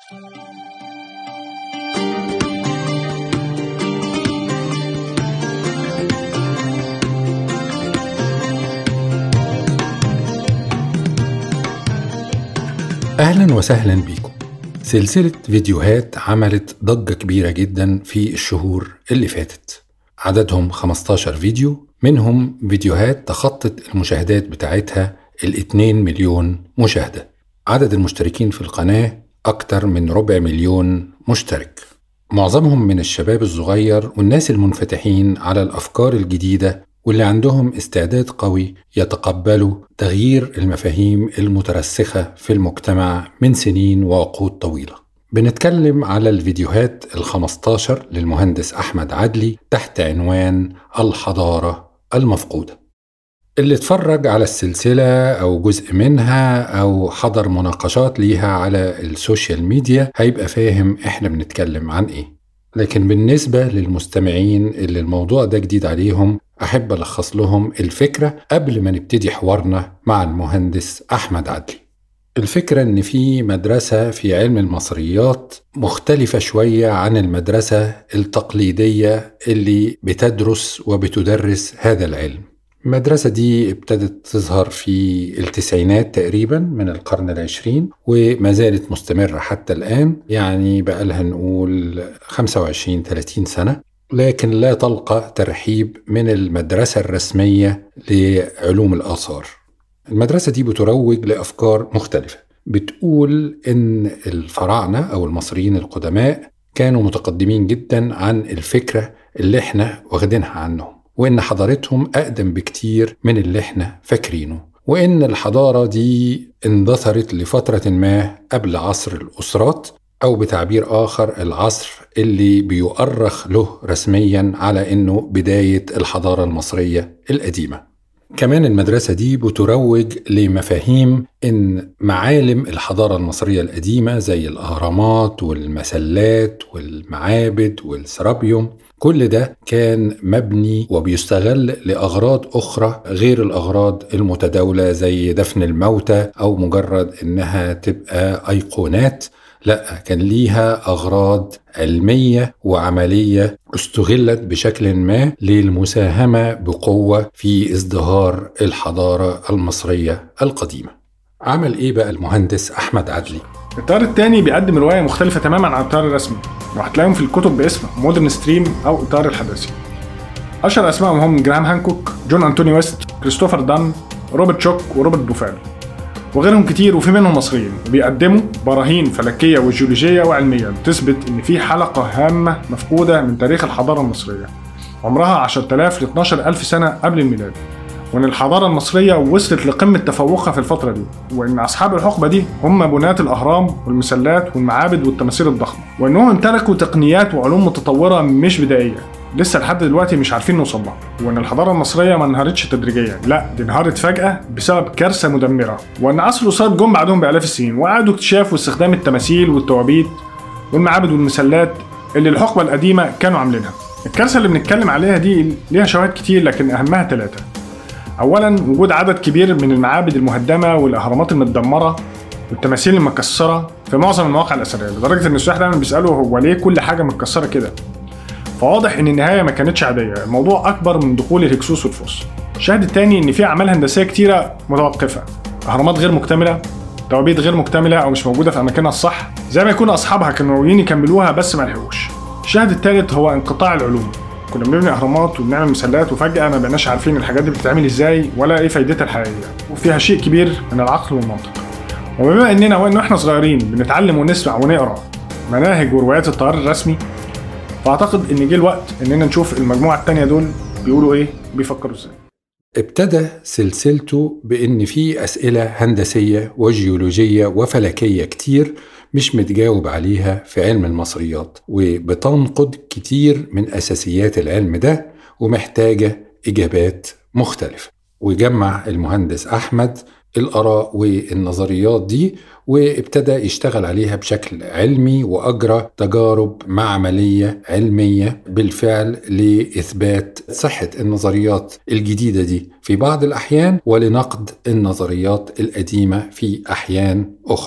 أهلا وسهلا بيكم. سلسلة فيديوهات عملت ضجة كبيرة جدا في الشهور اللي فاتت، عددهم 15 فيديو، منهم فيديوهات تخطت المشاهدات بتاعتها 2 مليون مشاهدة. عدد المشتركين في القناة أكتر من 250,000 مشترك، معظمهم من الشباب الصغير والناس المنفتحين على الأفكار الجديدة واللي عندهم استعداد قوي يتقبلوا تغيير المفاهيم المترسخة في المجتمع من سنين وعقود طويلة. بنتكلم على الفيديوهات 15 للمهندس أحمد عدلي تحت عنوان الحضارة المفقودة. اللي اتفرج على السلسلة أو جزء منها أو حضر مناقشات ليها على السوشيال ميديا هيبقى فاهم إحنا بنتكلم عن إيه. لكن بالنسبة للمستمعين اللي الموضوع ده جديد عليهم، أحب ألخص لهم الفكرة قبل ما نبتدي حوارنا مع المهندس أحمد عدلي. الفكرة إن في مدرسة في علم المصريات مختلفة شوية عن المدرسة التقليدية اللي بتدرس وبتدرس هذا العلم. المدرسة دي ابتدت تظهر في التسعينات تقريبا من القرن العشرين، وما زالت مستمرة حتى الآن، يعني بقى لها نقول 25-30 سنة، لكن لا تلقى ترحيب من المدرسة الرسمية لعلوم الآثار. المدرسة دي بتروج لأفكار مختلفة، بتقول إن الفراعنة أو المصريين القدماء كانوا متقدمين جدا عن الفكرة اللي احنا واخدينها عنهم، وإن حضارتهم أقدم بكتير من اللي احنا فاكرينه، وإن الحضارة دي اندثرت لفترة ما قبل عصر الأسرات، أو بتعبير آخر العصر اللي بيؤرخ له رسميا على إنه بداية الحضارة المصرية القديمة. كمان المدرسة دي بتروج لمفاهيم إن معالم الحضارة المصرية القديمة زي الأهرامات والمسلات والمعابد والسرابيوم، كل ده كان مبني وبيستغل لأغراض أخرى غير الأغراض المتداولة زي دفن الموتى أو مجرد إنها تبقى أيقونات. لا، كان ليها أغراض علمية وعملية استغلت بشكل ما للمساهمة بقوة في ازدهار الحضارة المصرية القديمة. عمل إيه بقى المهندس أحمد عدلي؟ التيار التاني بيقدم رواية مختلفة تماما عن التيار الرسمي، وهتلاقيهم في الكتب باسم مودرن ستريم أو التيار الحداثي. أشهر أسمائهم هم جراهام هانكوك، جون أنتوني ويست، كريستوفر دان، روبرت شوك وروبرت بوفال، وغيرهم كتير، وفي منهم مصريين. وبيقدموا براهين فلكية وجيولوجية وعلمية تثبت إن في حلقة هامة مفقودة من تاريخ الحضارة المصرية، عمرها 10,000 ل 12,000 سنة قبل الميلاد، وإن الحضارة المصرية وصلت لقمة تفوقها في الفترة دي، وإن أصحاب الحقبة دي هم بناة الأهرام والمسلات والمعابد والتماثيل الضخمة، وإنهم امتلكوا تقنيات وعلوم متطورة مش بدائية لسه لحد دلوقتي مش عارفين نوصل لها، وإن الحضارة المصرية ما انهارتش تدريجيا، لا دي انهارت فجأة بسبب كارثة مدمرة، وإن عصر الوسطى جم بعدهم بآلاف السنين وقعدوا اكتشاف واستخدام التماثيل والتوابيت والمعابد والمسلات اللي الحقبة القديمة كانوا عاملينها. الكارثة اللي بنتكلم عليها دي ليها شواهد كتير، لكن أهمها 3. أولا، وجود عدد كبير من المعابد المهدمة والأهرامات المتدمرة والتماثيل المكسرة في معظم المواقع الأثرية، لدرجة إن السياح دايما بيسألوا هو ليه كل حاجة متكسرة كده؟ فواضح إن النهاية ما كانتش عادية، الموضوع أكبر من دخول الهكسوس والفرس. الشاهد الثاني إن في أعمال هندسية كتيرة متوقفة، أهرامات غير مكتملة، توابيت غير مكتملة أو مش موجودة في أماكنها الصح، زي ما يكون أصحابها كانوا ناويين يكملوها بس ما لحقوش. الشاهد الثالث هو انقطاع العلوم، كنا بنبني أهرامات وبنعمل مسلات وفجأة ما بقناش عارفين الحاجات دي بتتعمل إزاي ولا إيه فايدتها الحقيقية، وفيها شيء كبير من العقل والمنطق. وبما إننا وإن إحنا صغيرين بنتعلم ونسمع ونقرأ مناهج وروايات التيار الرسمي، فأعتقد إن جه الوقت إننا نشوف المجموعة التانية دول بيقولوا إيه وبيفكروا إزاي. ابتدى سلسلته بإن في أسئلة هندسية وجيولوجية وفلكية كتير مش متجاوب عليها في علم المصريات، وبتنقض كتير من أساسيات العلم ده ومحتاجة إجابات مختلفة. وجمع المهندس أحمد الآراء والنظريات دي وابتدى يشتغل عليها بشكل علمي، وأجرى تجارب معملية علمية بالفعل لإثبات صحة النظريات الجديدة دي في بعض الأحيان ولنقد النظريات القديمة في أحيان أخرى.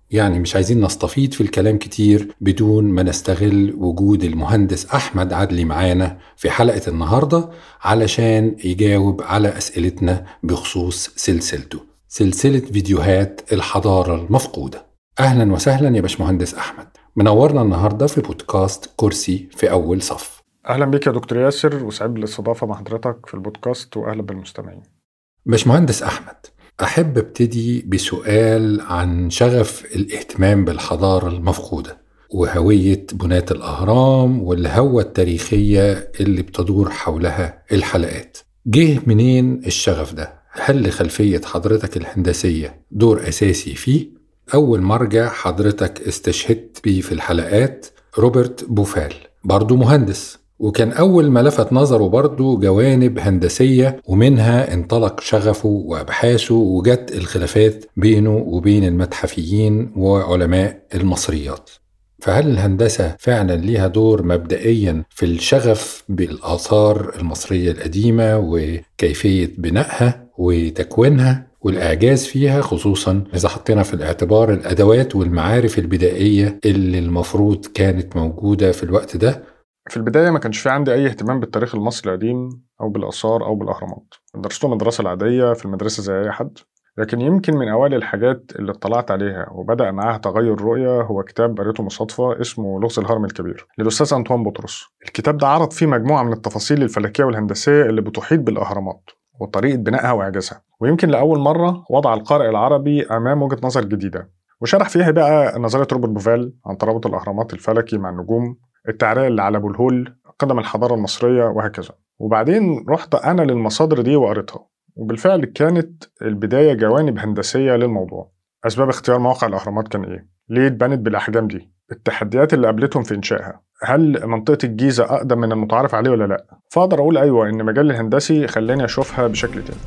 يعني مش عايزين نستفيض في الكلام كتير بدون ما نستغل وجود المهندس أحمد عدلي معانا في حلقة النهاردة علشان يجاوب على أسئلتنا بخصوص سلسلته، سلسلة فيديوهات الحضارة المفقودة. أهلا وسهلا يا باشمهندس أحمد، منورنا النهاردة في بودكاست كرسي في أول صف. أهلا بك يا دكتور ياسر، وسعيد بالاستضافة مع حضرتك في البودكاست، وأهلا بالمستمعين. باشمهندس أحمد، أحب ابتدي بسؤال عن شغف الاهتمام بالحضارة المفقودة وهوية بناة الأهرام والهوة التاريخية اللي بتدور حولها الحلقات. جه منين الشغف ده؟ هل لخلفية حضرتك الهندسية دور أساسي فيه؟ أول مرجع حضرتك استشهدت بيه في الحلقات روبرت بوفال، برضو مهندس، وكان أول ما لفت نظره برضو جوانب هندسية، ومنها انطلق شغفه وأبحاثه وجت الخلافات بينه وبين المتحفيين وعلماء المصريات. فهل الهندسة فعلا ليها دور مبدئيا في الشغف بالآثار المصرية القديمة وكيفية بنائها وتكوينها والإعجاز فيها، خصوصا إذا حطينا في الاعتبار الأدوات والمعارف البدائية اللي المفروض كانت موجودة في الوقت ده؟ في البداية ما كانش في عندي أي اهتمام بالتاريخ المصري القديم أو بالآثار أو بالأهرامات. درستهم الدراسة العادية في المدرسة زي أي حد، لكن يمكن من أوائل الحاجات اللي اطلعت عليها وبدأ معاها تغير رؤية هو كتاب قريته بالصدفة اسمه لغز الهرم الكبير للأستاذ أنطوان بطرس. الكتاب ده عرض فيه مجموعة من التفاصيل الفلكية والهندسية اللي بتحيط بالأهرامات وطريقة بنائها وإعجازها، ويمكن لأول مرة وضع القارئ العربي أمام وجهة نظر جديدة، وشرح فيها بقى نظرية روبرت بوفال عن ترابط الأهرامات الفلكي مع النجوم، التعرية اللي على أبو الهول، قدم الحضارة المصرية، وهكذا. وبعدين رحت أنا للمصادر دي وقريتها، وبالفعل كانت البداية جوانب هندسية للموضوع. أسباب اختيار موقع الأهرامات كان إيه؟ ليه اتبنت بالأحجام دي؟ التحديات اللي قابلتهم في إنشائها؟ هل منطقة الجيزة أقدم من المتعارف عليه ولا لأ؟ فأقدر أقول أيوة إن مجال الهندسي خلاني أشوفها بشكل تاني.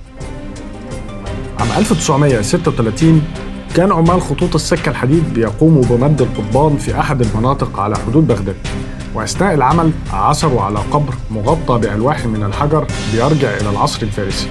عام 1936 كان عمال خطوط السكة الحديد بيقوموا بمد القضبان في أحد المناطق على حدود بغداد، وأثناء العمل عثروا على قبر مغطى بألواح من الحجر بيرجع إلى العصر الفارسي،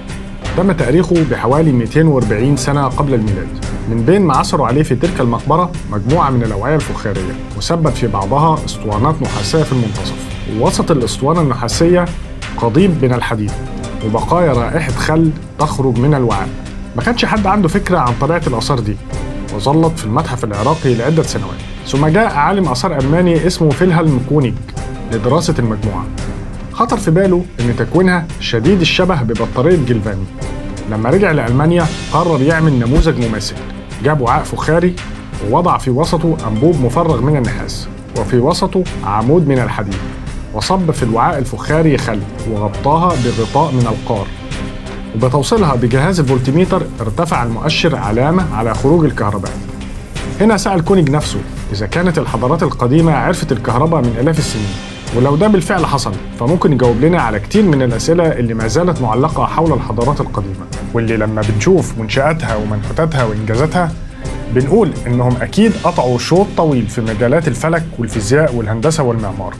تم تاريخه بحوالي 240 سنة قبل الميلاد. من بين ما عثروا عليه في تلك المقبرة مجموعة من الأوعية الفخارية، وثبت في بعضها اسطوانات نحاسية في المنتصف، ووسط الاسطوانة النحاسية قضيب من الحديد وبقايا رائحة خل تخرج من الوعاء. ما كانش حد عنده فكرة عن طبيعة الآثار دي، وظلت في المتحف العراقي لعدة سنوات. ثم جاء عالم آثار ألماني اسمه فيلهلم كونيج لدراسة المجموعة. خطر في باله إن تكوينها شديد الشبه ببطارية جلفاني. لما رجع لألمانيا قرر يعمل نموذج مماثل، جاب وعاء فخاري ووضع في وسطه أنبوب مفرغ من النحاس وفي وسطه عمود من الحديد، وصب في الوعاء الفخاري خل وغطاها بغطاء من القار، وبتوصيلها بجهاز الفولتميتر ارتفع المؤشر علامة على خروج الكهرباء. هنا سأل كونيج نفسه إذا كانت الحضارات القديمة عرفت الكهرباء من آلاف السنين، ولو ده بالفعل حصل فممكن يجاوب لنا على كتير من الأسئلة اللي ما زالت معلقة حول الحضارات القديمة، واللي لما بنشوف منشآتها ومنحوتاتها وإنجازاتها بنقول إنهم أكيد قطعوا شوط طويل في مجالات الفلك والفيزياء والهندسة والمعمار،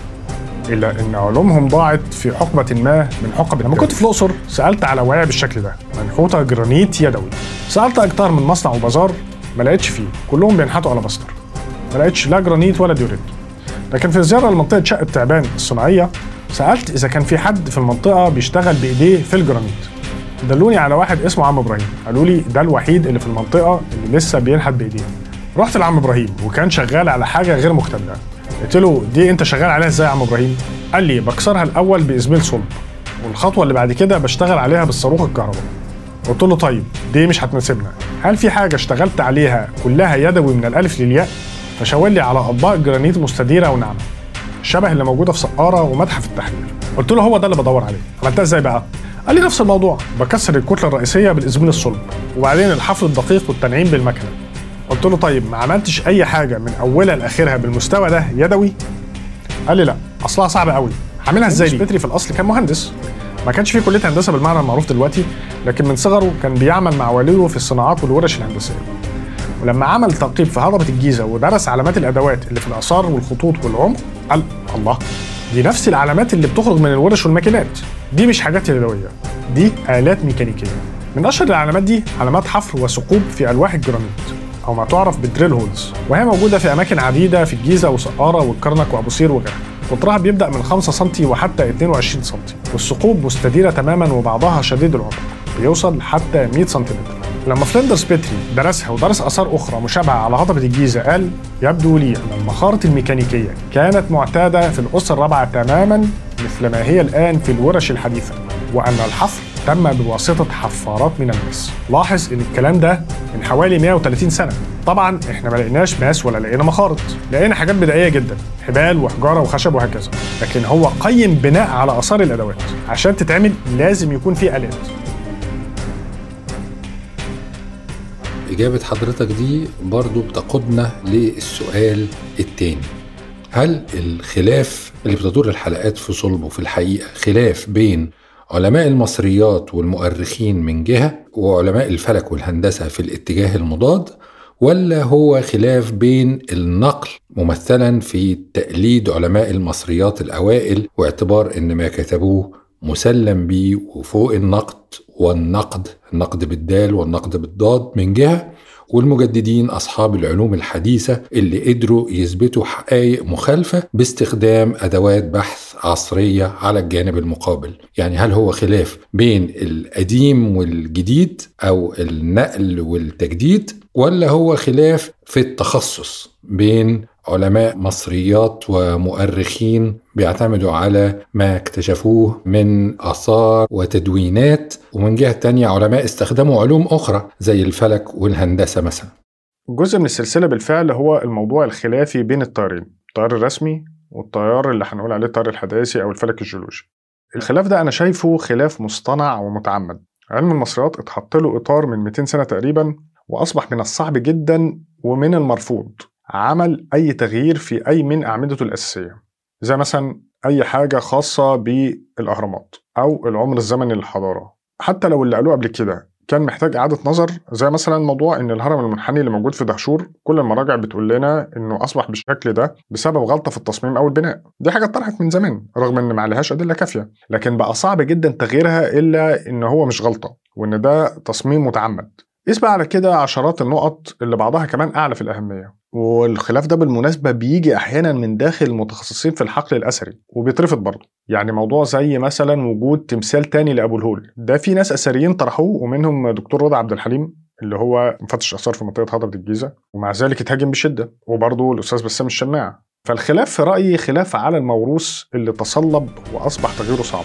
إلا إن علومهم ضاعت في حقبة ما من حقب. لما كنت في الأقصر سألت على وعاء بالشكل ده منحوتة جرانيت يدوي، سألت أكتر من مصنع وبازار ما لقيتش فيه، كلهم بينحتوا على بسطر، ما لقيتش لا جرانيت ولا ديوريت. لكن في زيارة لمنطقة شقة تعبان الصناعية سألت إذا كان في حد في المنطقة بيشتغل بإيديه في الجرانيت، دلوني على واحد اسمه عم إبراهيم، قالوا لي ده الوحيد اللي في المنطقة اللي لسه بينحت بإيديه. رحت لعم إبراهيم وكان شغال على حاجة غير مكتملة، قلت له دي أنت شغال عليها إزاي يا عم إبراهيم؟ قال لي بكسرها الأول بإزميل صلب، والخطوة اللي بعد كده بشتغل عليها بالصاروخ الكهرباء. قلت له طيب دي مش هتناسبنا، هل في حاجة اشتغلت عليها كلها يدوي من الألف للياء؟ فشاور لي على أطباق جرانيت مستديرة وناعمة الشبه اللي موجودة في سقارة ومتحف التحرير. قلت له هو ده اللي بدور عليه. عملتها ازاي بقى؟ قال لي نفس الموضوع، بكسر الكتلة الرئيسية بالإزميل الصلب وبعدين الحفر الدقيق والتنعيم بالمكنة. قلت له طيب ما عملتش أي حاجة من أولها لآخرها بالمستوى ده يدوي؟ قال لي لا، أصلها صعب قوي. هعملها ازاي؟ بتري في الأصل كان مهندس، ما كانش فيه كلية هندسة بالمعنى المعروف دلوقتي، لكن من صغره كان بيعمل مع والده في الصناعات والورش الهندسية. ولما عمل تنقيب في هضبة الجيزة ودرس علامات الأدوات اللي في الآثار والخطوط والعمق، قال الله، دي نفس العلامات اللي بتخرج من الورش والماكينات، دي مش حاجات يدوية، دي آلات ميكانيكية. من أشهر العلامات دي علامات حفر وثقوب في ألواح الجرانيت، أو ما تعرف بالدريل هولز، وهي موجودة في أماكن عديدة في الجيزة وسقارة والكرنك وأبو قير وغيرها. قطرها بيبدأ من 5 سم وحتى 22 سم، والثقوب مستديرة تماما وبعضها شديد العمق بيوصل حتى 100 سنتيمتر. لما فلندرز بيتري درسها ودرس آثار أخرى مشابهة على هضبة الجيزة قال: يبدو لي أن المخارط الميكانيكية كانت معتادة في الأسرة الرابعة تماما مثل ما هي الآن في الورش الحديثة، وأن الحفر تم بواسطة حفارات من الماس. لاحظ إن الكلام ده من حوالي 130 سنة. طبعا إحنا ما لقيناش ماس ولا لقينا مخارط، لقينا حاجات بدائية جدا، حبال وحجارة وخشب وهكذا. لكن هو قيم بناء على آثار الأدوات. عشان تتعمل لازم يكون في آلات. إجابة حضرتك دي برضو بتقودنا للسؤال التاني: هل الخلاف اللي بتدور الحلقات في صلبه في الحقيقة خلاف بين علماء المصريات والمؤرخين من جهة وعلماء الفلك والهندسة في الاتجاه المضاد، ولا هو خلاف بين النقل ممثلا في تقليد علماء المصريات الأوائل واعتبار إن ما كتبوه مسلم بيه وفوق النقد بالدال والنقد بالضاد من جهة، والمجددين أصحاب العلوم الحديثة اللي قدروا يثبتوا حقائق مخالفة باستخدام أدوات بحث عصرية على الجانب المقابل؟ يعني هل هو خلاف بين القديم والجديد أو النقل والتجديد، ولا هو خلاف في التخصص بين علماء مصريات ومؤرخين بيعتمدوا على ما اكتشفوه من آثار وتدوينات، ومن جهة تانية علماء استخدموا علوم أخرى زي الفلك والهندسة مثلا؟ جزء من السلسلة بالفعل هو الموضوع الخلافي بين التيارين، التيار الرسمي والتيار اللي هنقول عليه التيار الحداثي أو الفلك الجيولوجي. الخلاف ده أنا شايفه خلاف مصطنع ومتعمد. علم المصريات اتحط له إطار من 200 سنة تقريبا، وأصبح من الصعب جدا ومن المرفوض عمل أي تغيير في أي من أعمدته الأساسية، زي مثلا أي حاجة خاصة بالأهرامات أو العمر الزمني للحضارة. حتى لو اللي قالوه قبل كده كان محتاج إعادة نظر، زي مثلا موضوع إن الهرم المنحني اللي موجود في دهشور كل المراجع بتقول لنا إنه أصبح بالشكل ده بسبب غلطة في التصميم أو البناء. دي حاجة اتطرحت من زمان رغم إن ما عليهاش أدلة كافية، لكن بقى صعب جدا تغييرها إلا إن هو مش غلطة وإن ده تصميم متعمد. قيس بقى على كده عشرات النقط اللي بعضها كمان أعلى في الأهمية. والخلاف ده بالمناسبة بيجي أحيانا من داخل المتخصصين في الحقل الأثري وبيترفض برضه. يعني موضوع زي مثلا وجود تمثال تاني لأبو الهول، ده في ناس أثريين طرحوه ومنهم دكتور رضا عبد الحليم اللي هو مفتش آثار في منطقة هضبة الجيزة، ومع ذلك اتهاجم بشدة، وبرضه الأستاذ بسام الشماع. فالخلاف في رأيي خلاف على الموروث اللي تصلب وأصبح تغييره صعب.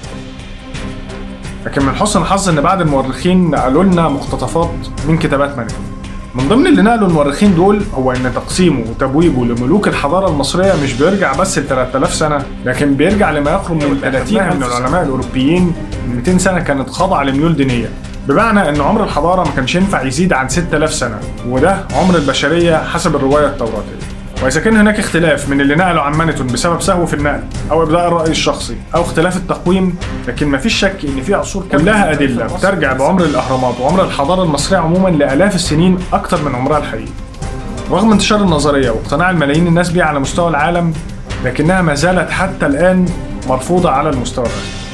لكن من حسن الحظ ان بعض المؤرخين نقلوا لنا مقتطفات من كتابات مريم. من ضمن اللي نقلوا المؤرخين دول هو ان تقسيمه وتبويبه لملوك الحضاره المصريه مش بيرجع بس ل 3000 سنه، لكن بيرجع لما يقرب من 30 من العلماء الاوروبيين من 200 سنه كانت خاضعه لميول دينيه، بمعنى ان عمر الحضاره ما كانش ينفع يزيد عن 6000 سنه، وده عمر البشريه حسب الروايه التوراتيه. وإذا كان هناك اختلاف من اللي نقلوا عن مانيتون بسبب سهو في النقل أو إبداء الرأي الشخصي أو اختلاف التقويم، لكن مفيش شك إن في عصور كلها أدلة بترجع بعمر الأهرامات وعمر الحضارة المصرية عموما لآلاف السنين أكتر من عمرها الحقيقي. رغم انتشار النظرية واقتناع الملايين الناس بيها على مستوى العالم، لكنها ما زالت حتى الآن مرفوضة على المستوى الرسمي.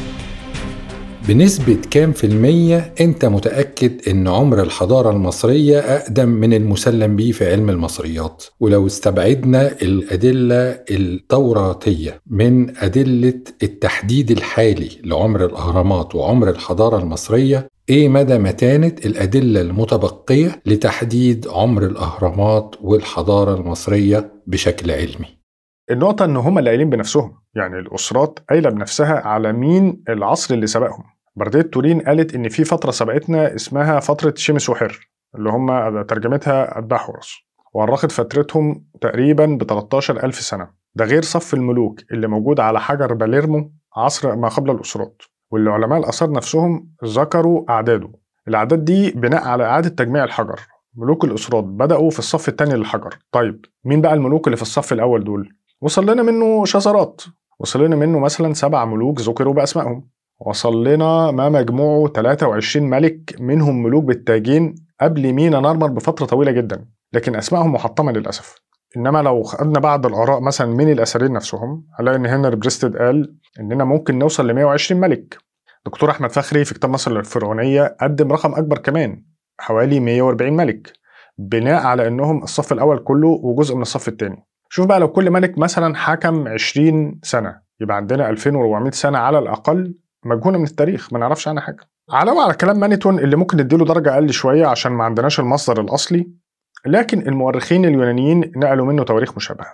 بنسبة كام في المية أنت متأكد أن عمر الحضارة المصرية أقدم من المسلم به في علم المصريات؟ ولو استبعدنا الأدلة التوراتية من أدلة التحديد الحالي لعمر الأهرامات وعمر الحضارة المصرية، إيه مدى متانة الأدلة المتبقية لتحديد عمر الأهرامات والحضارة المصرية بشكل علمي؟ النقطة إن هم اللي قايلين بنفسهم، يعني الأسرات قايلة بنفسها على مين العصر اللي سبقهم. بردية تورين قالت إن في فترة سبقتنا اسمها فترة شمس وحر، اللي هم ترجمتها الدحورس، وأرخت فترتهم تقريبا ب 13,000 سنة. ده غير صف الملوك اللي موجود على حجر باليرمو عصر ما قبل الأسرات، واللي علماء الآثار نفسهم ذكروا أعداده. الأعداد دي بناء على إعادة تجميع الحجر. ملوك الأسرات بدأوا في الصف الثاني للحجر. طيب مين بقى الملوك اللي في الصف الأول دول؟ وصل لنا منه شذرات، وصل لنا منه مثلا 7 ملوك ذكروا بأسمائهم، وصل لنا ما مجموعه 23 ملك منهم ملوك بالتاجين قبل مينا نارمر بفترة طويلة جدا، لكن أسمائهم محطمة للأسف. إنما لو خدنا بعض الآراء مثلا من الأثريين نفسهم، هنلاقي إن هنري بريستد قال إننا ممكن نوصل ل 120 ملك. دكتور أحمد فخري في كتاب مصر الفرعونية قدم رقم أكبر كمان، حوالي 140 ملك. بناء على انهم الصف الاول كله وجزء من الصف الثاني. شوف بقى، لو كل ملك مثلا حكم 20 سنه يبقى عندنا 2400 سنه على الاقل مجهوله من التاريخ ما نعرفش عنها حاجه. علاوه على كلام مانيتون اللي ممكن نديله درجه اقل شويه عشان ما عندناش المصدر الاصلي، لكن المؤرخين اليونانيين نقلوا منه تواريخ مشابهه،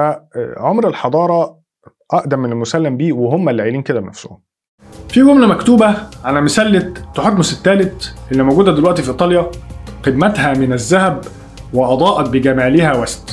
فعمر الحضاره اقدم من المسلم بيه وهم اللي قايلين كده بنفسهم. في جمله مكتوبه على مسله تحتمس الثالث اللي موجوده دلوقتي في ايطاليا: قمتها من الذهب واضاءت بجمالها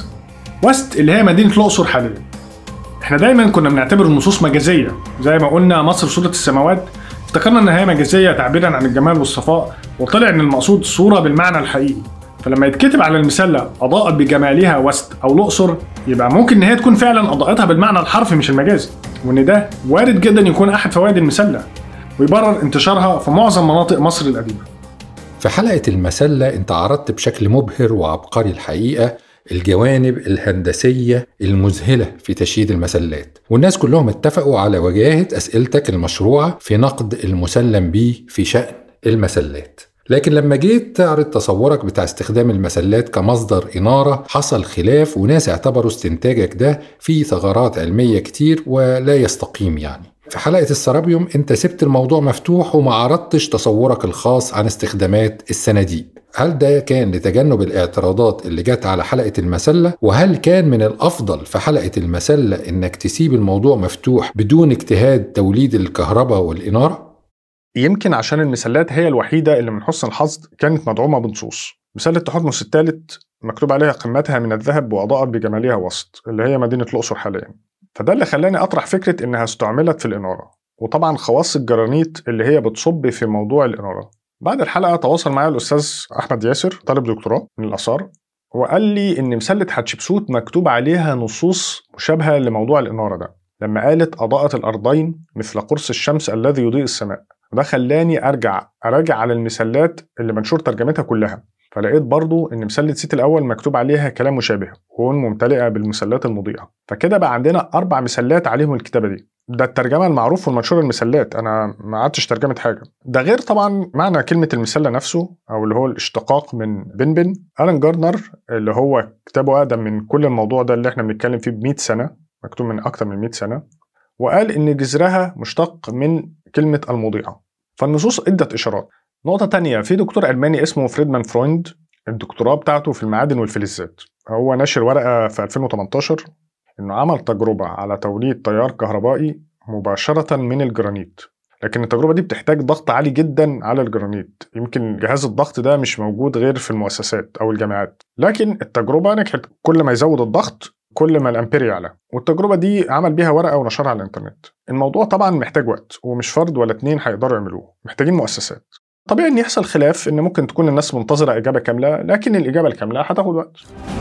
وست اللي هي مدينه الاقصر حاليا. احنا دايما كنا بنعتبر النصوص مجازيه، زي ما قلنا مصر صوره السماوات، افتكرنا ان هي مجازيه تعبيرا عن الجمال والصفاء، وطلع ان المقصود صوره بالمعنى الحقيقي. فلما يتكتب على المسله اضاءت بجمالها وست او الاقصر، يبقى ممكن ان هي تكون فعلا اضاءتها بالمعنى الحرفي مش المجازي، وان ده وارد جدا يكون احد فوائد المسله ويبرر انتشارها في معظم مناطق مصر القديمه. في حلقه المسله انت عرضت بشكل مبهر وعبقري الحقيقه الجوانب الهندسيه المذهله في تشييد المسلات، والناس كلهم اتفقوا على وجاهه اسئلتك المشروعه في نقد المسلم به في شان المسلات. لكن لما جيت تعرض تصورك بتاع استخدام المسلات كمصدر إنارة حصل خلاف، وناس اعتبروا استنتاجك ده فيه ثغرات علمية كتير ولا يستقيم. يعني في حلقة السرابيوم انت سبت الموضوع مفتوح وما عرضتش تصورك الخاص عن استخدامات الصناديق. هل ده كان لتجنب الاعتراضات اللي جت على حلقة المسلة؟ وهل كان من الأفضل في حلقة المسلة انك تسيب الموضوع مفتوح بدون اجتهاد توليد الكهرباء والإنارة؟ يمكن عشان المسلات هي الوحيدة اللي من حسن الحظ كانت مدعومة بنصوص. مسلة تحتمس الثالث مكتوب عليها قمتها من الذهب وأضاءت بجمالها وسط، اللي هي مدينة الأقصر حاليا، فده اللي خلاني أطرح فكرة إنها استعملت في الإنارة، وطبعا خواص الجرانيت اللي هي بتصب في موضوع الإنارة. بعد الحلقة تواصل معايا الأستاذ أحمد ياسر طالب دكتوراه من الآثار، وقال لي إن مسلة حتشبسوت مكتوب عليها نصوص مشابهة لموضوع الإنارة ده، لما قالت أضاءت الأرضين مثل قرص الشمس الذي يضيء السماء. وده خلاني أراجع على المسلات اللي منشور ترجمتها كلها، فلقيت برضو إن مسلة سيت الأول مكتوب عليها كلام مشابه وهون ممتلئة بالمسلات المضيئة، فكده بقى عندنا 4 مسلات عليهم الكتابة دي. ده الترجمة المعروف والمنشور المسلات، أنا ما عدتش ترجمة حاجة. ده غير طبعا معنى كلمة المسلة نفسه أو اللي هو الاشتقاق من بن. ألان جاردنر اللي هو كتابه أقدم من كل الموضوع ده اللي احنا بنتكلم فيه ب100 سنة، مكتوب من أكتر من 100 سنة، وقال إن جذرها مشتق من كلمة المضيئة. فالنصوص ادت إشارات. نقطة تانية، في دكتور ألماني اسمه فريدمان فرويند، الدكتوراه بتاعته في المعادن والفلزات، هو نشر ورقة في 2018 إنه عمل تجربة على توليد تيار كهربائي مباشرة من الجرانيت، لكن التجربة دي بتحتاج ضغط عالي جدا على الجرانيت، يمكن جهاز الضغط ده مش موجود غير في المؤسسات أو الجامعات، لكن التجربة نجحت. كل ما يزود الضغط كل ما الأمبير يعلى، والتجربة دي عمل بيها ورقة ونشرها على الإنترنت. الموضوع طبعا محتاج وقت، ومش فرد ولا 2 هيقدروا يعملوه، محتاجين مؤسسات. طبيعي إن يحصل خلاف، إن ممكن تكون الناس منتظرة إجابة كاملة، لكن الإجابة الكاملة هتاخد وقت.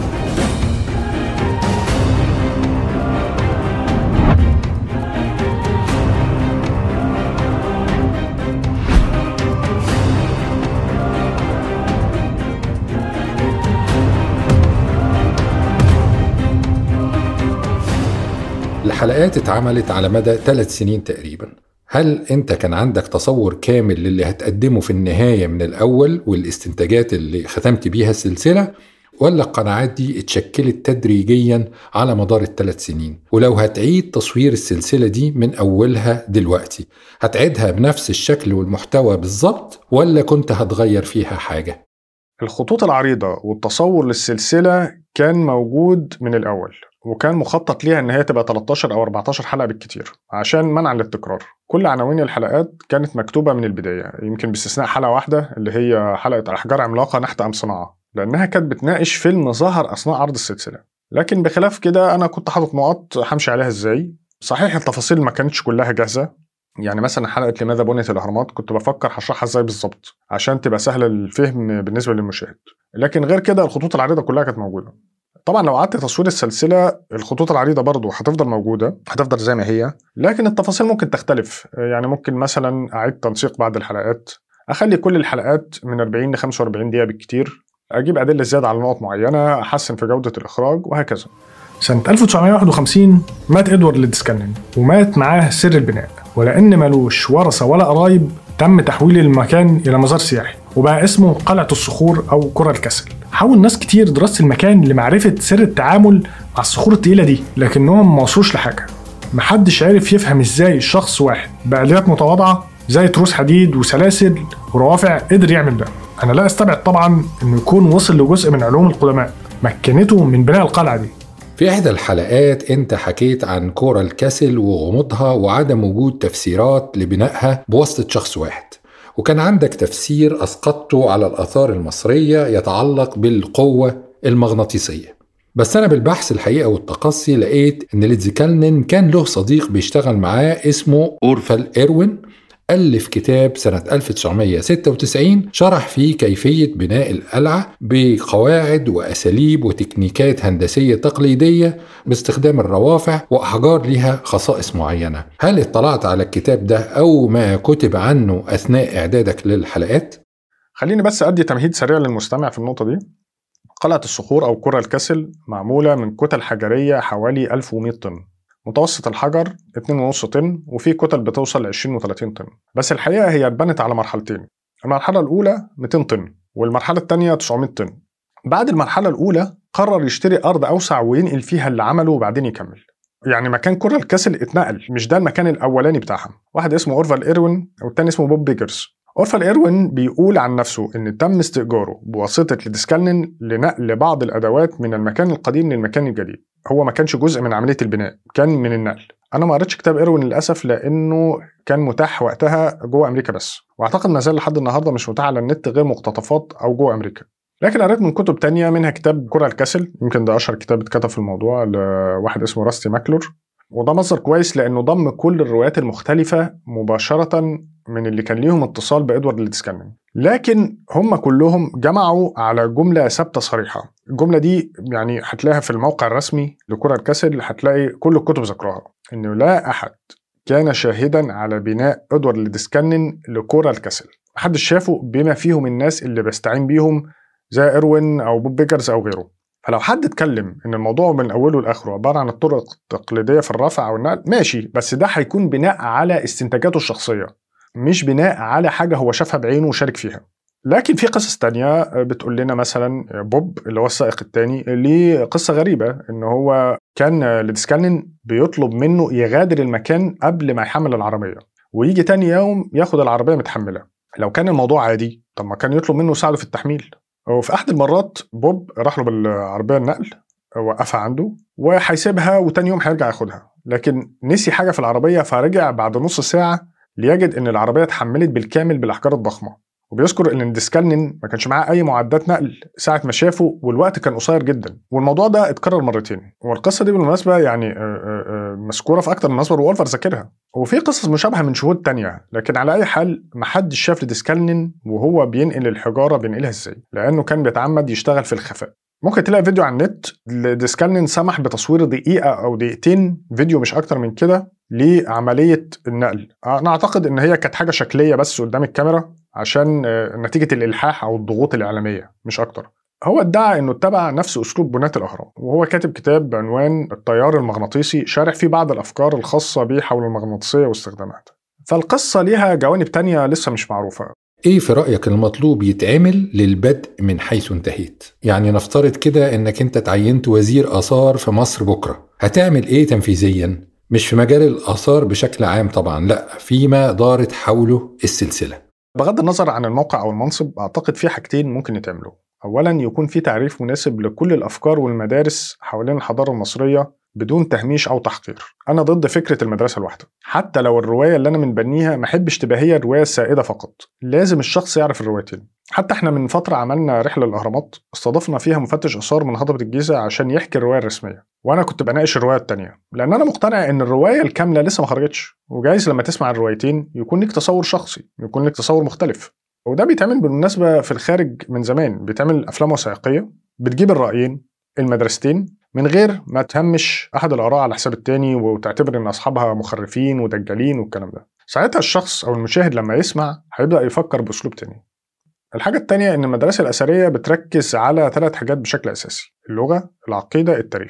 الحلقات اتعملت على مدى 3 سنين تقريبا. هل انت كان عندك تصور كامل للي هتقدمه في النهاية من الأول والاستنتاجات اللي ختمت بيها السلسلة، ولا القناعات دي اتشكلت تدريجيا على مدار ال3 سنين؟ ولو هتعيد تصوير السلسلة دي من أولها دلوقتي، هتعيدها بنفس الشكل والمحتوى بالظبط ولا كنت هتغير فيها حاجة؟ الخطوط العريضة والتصور للسلسلة كان موجود من الأول، وكان مخطط ليها ان هي تبقى 13 او 14 حلقة بالكتير عشان منعا للتكرار. كل عناوين الحلقات كانت مكتوبة من البداية، يمكن باستثناء حلقة واحدة اللي هي حلقة أحجار عملاقة نحت أم صناعة، لأنها كانت بتناقش فيلم ظهر أثناء عرض السلسلة. لكن بخلاف كده أنا كنت حاطط نقط همشي عليها إزاي. صحيح التفاصيل ما كانتش كلها جاهزة، يعني مثلا حلقة لماذا بنيت الأهرامات كنت بفكر هشرحها إزاي بالظبط عشان تبقى سهلة للفهم بالنسبة للمشاهد، لكن غير كده الخطوط العريضة كلها كانت موجودة. طبعا لو قعدت تصوير السلسلة الخطوط العريضة برضو هتفضل موجودة، هتفضل زي ما هي، لكن التفاصيل ممكن تختلف. يعني ممكن مثلا أعيد تنسيق بعض الحلقات، أخلي كل الحلقات من 40 ل 45 دقيقة بالكتير، أجيب أدلة زيادة على نقط معينة، أحسن في جودة الإخراج وهكذا. سنة 1951 مات إدوارد ليدسكانن، ومات معاه سر البناء، ولأن ملوش ورثة ولا قرايب تم تحويل المكان إلى مزار سياحي، وبقى اسمه قلعة الصخور أو كرة الكسل. حاول ناس كتير دراسة المكان لمعرفة سر التعامل مع الصخور التقيلة دي، لكنهم ما وصلوش لحاجة. محدش عارف يفهم ازاي شخص واحد بآليات متواضعة زي تروس حديد وسلاسل وروافع قدر يعمل ده. أنا لا أستبعد طبعا إنه يكون وصل لجزء من علوم القدماء مكنته من بناء القلعة دي. في إحدى الحلقات أنت حكيت عن كرة الكسل وغموضها وعدم وجود تفسيرات لبنائها بواسطة شخص واحد، وكان عندك تفسير أسقطته على الآثار المصرية يتعلق بالقوة المغناطيسية. بس أنا بالبحث الحقيقة والتقصي لقيت إن ليتزكالنين كان له صديق بيشتغل معاه اسمه أورفال إيروين، ألف كتاب سنة 1996 شرح فيه كيفية بناء القلعة بقواعد وأساليب وتكنيكات هندسية تقليدية باستخدام الروافع وأحجار لها خصائص معينة. هل اطلعت على الكتاب ده أو ما كتب عنه أثناء إعدادك للحلقات؟ خليني بس أدي تمهيد سريع للمستمع في النقطة دي. قلعة الصخور أو كرة الكسل معمولة من كتل حجرية حوالي 1100 طن، متوسط الحجر 2.5 طن، وفي كتل بتوصل ل 20 و30 طن. بس الحقيقة هي اتبنت على مرحلتين، المرحلة الأولى 200 طن والمرحلة الثانية 900 طن. بعد المرحلة الأولى قرر يشتري أرض أوسع وينقل فيها اللي عمله وبعدين يكمل. يعني مكان كرة الكسل اتنقل، مش ده المكان الأولاني بتاعها. واحد اسمه أورفال إيروين والتاني اسمه بوب بيجرز. أورفال إيروين بيقول عن نفسه إن تم استئجاره بواسطة ليتزكالنين لنقل بعض الأدوات من المكان القديم للمكان الجديد. هو ما كانش جزء من عملية البناء، كان من النقل. أنا ما قريتش كتاب إيروين للأسف لأنه كان متاح وقتها جوه أمريكا بس، وأعتقد ما زال لحد النهاردة مش متاح على النت غير مقتطفات أو جوه أمريكا. لكن قريت من كتب تانية منها كتاب كرة الكسل، يمكن ده أشهر كتاب اتكتب في الموضوع لواحد اسمه راستي ماكلور، وده مصدر كويس لأنه ضم كل الروايات المختلفة مباشرة من اللي كان ليهم اتصال بإدوارد ليتزكالنين. لكن هم كلهم جمعوا على جملة ثابتة صريحة. الجملة دي يعني هتلاقيها في الموقع الرسمي لكرة الكسل، هتلاقي كل الكتب ذكرها، إنه لا أحد كان شاهدا على بناء إدوارد ليتزكالنين لكرة الكسل. محدش شافه بما فيهم الناس اللي بستعين بيهم زي إيروين أو بوب بيجرز أو غيره. فلو حد اتكلم ان الموضوع من اوله لاخره عباره عن الطرق التقليديه في الرفع او النقل، ماشي، بس ده هيكون بناء على استنتاجاته الشخصيه، مش بناء على حاجه هو شافها بعينه وشارك فيها. لكن في قصص تانية بتقول لنا مثلا بوب اللي هو السائق التاني ليه قصه غريبه، ان هو كان ليتزكالنين بيطلب منه يغادر المكان قبل ما يحمل العربيه، ويجي تاني يوم ياخد العربيه متحمله. لو كان الموضوع عادي، طب ما كان يطلب منه يساعده في التحميل. وفي أحد المرات بوب راح له بالعربية النقل، وقفها عنده وهيسيبها وتاني يوم هيرجع ياخدها، لكن نسي حاجة في العربية فرجع بعد نص ساعة ليجد إن العربية اتحملت بالكامل بالأحجار الضخمة. وبيذكر إن ليتزكالنين ما كانش معاه أي معدات نقل ساعة ما شافه، والوقت كان قصير جدا. والموضوع ده اتكرر مرتين، والقصة دي بالمناسبة يعني مذكورة في أكتر من مصدر وولفر ذاكرها، وفي قصص مشابهة من شهود تانية. لكن على أي حال محدش شاف ليتزكالنين وهو بينقل الحجارة بينقلها إزاي، لأنه كان بيتعمد يشتغل في الخفاء. ممكن تلاقي فيديو على النت ليتزكالنين سمح بتصوير دقيقة أو دقيقتين فيديو، مش أكتر من كده، لعملية النقل. أنا أعتقد إن هي كانت حاجة شكلية بس قدام الكاميرا عشان نتيجة الإلحاح أو الضغوط الإعلامية مش أكتر. هو ادعى إنه اتبع نفس أسلوب بناة الأهرام، وهو كاتب كتاب بعنوان التيار المغناطيسي شارح فيه بعض الأفكار الخاصة به حول المغناطيسية واستخداماتها. فالقصة ليها جوانب تانية لسه مش معروفة. إيه في رأيك المطلوب يتعمل للبدء من حيث انتهيت؟ يعني نفترض كده إنك أنت تعينت وزير آثار في مصر بكرة، هتعمل إيه تنفيذياً؟ مش في مجال الآثار بشكل عام طبعاً، لأ، فيما دارت حوله السلسلة. بغض النظر عن الموقع أو المنصب، أعتقد في حاجتين ممكن يتعملوا. أولاً يكون في تعريف مناسب لكل الأفكار والمدارس حوالين الحضارة المصرية بدون تهميش أو تحقير. أنا ضد فكرة المدرسة الواحدة، حتى لو الرواية اللي أنا منبنيها ما حبش تبقى هي الرواية السائدة فقط، لازم الشخص يعرف الروايتين. حتى احنا من فترة عملنا رحلة للأهرامات استضفنا فيها مفتش آثار من هضبة الجيزة عشان يحكي الرواية الرسمية، وأنا كنت بناقش الرواية التانية، لأن أنا مقتنع إن الرواية الكاملة لسه ما خرجتش، وجايز لما تسمع الروايتين يكون لك تصور شخصي، يكون لك تصور مختلف. وده بيتعمل بالمناسبة في الخارج من زمان، بيتعمل أفلام وثائقية بتجيب الرأيين المدرستين من غير ما تهمش أحد الآراء على حساب التاني وتعتبر إن أصحابها مخرفين ودجالين والكلام ده. ساعتها الشخص أو المشاهد لما يسمع هيبدأ يفكر بأسلوب تاني. الحاجة التانية إن المدرسة الأثرية بتركز على 3 حاجات بشكل أساسي: اللغة، العقيدة، التاريخ.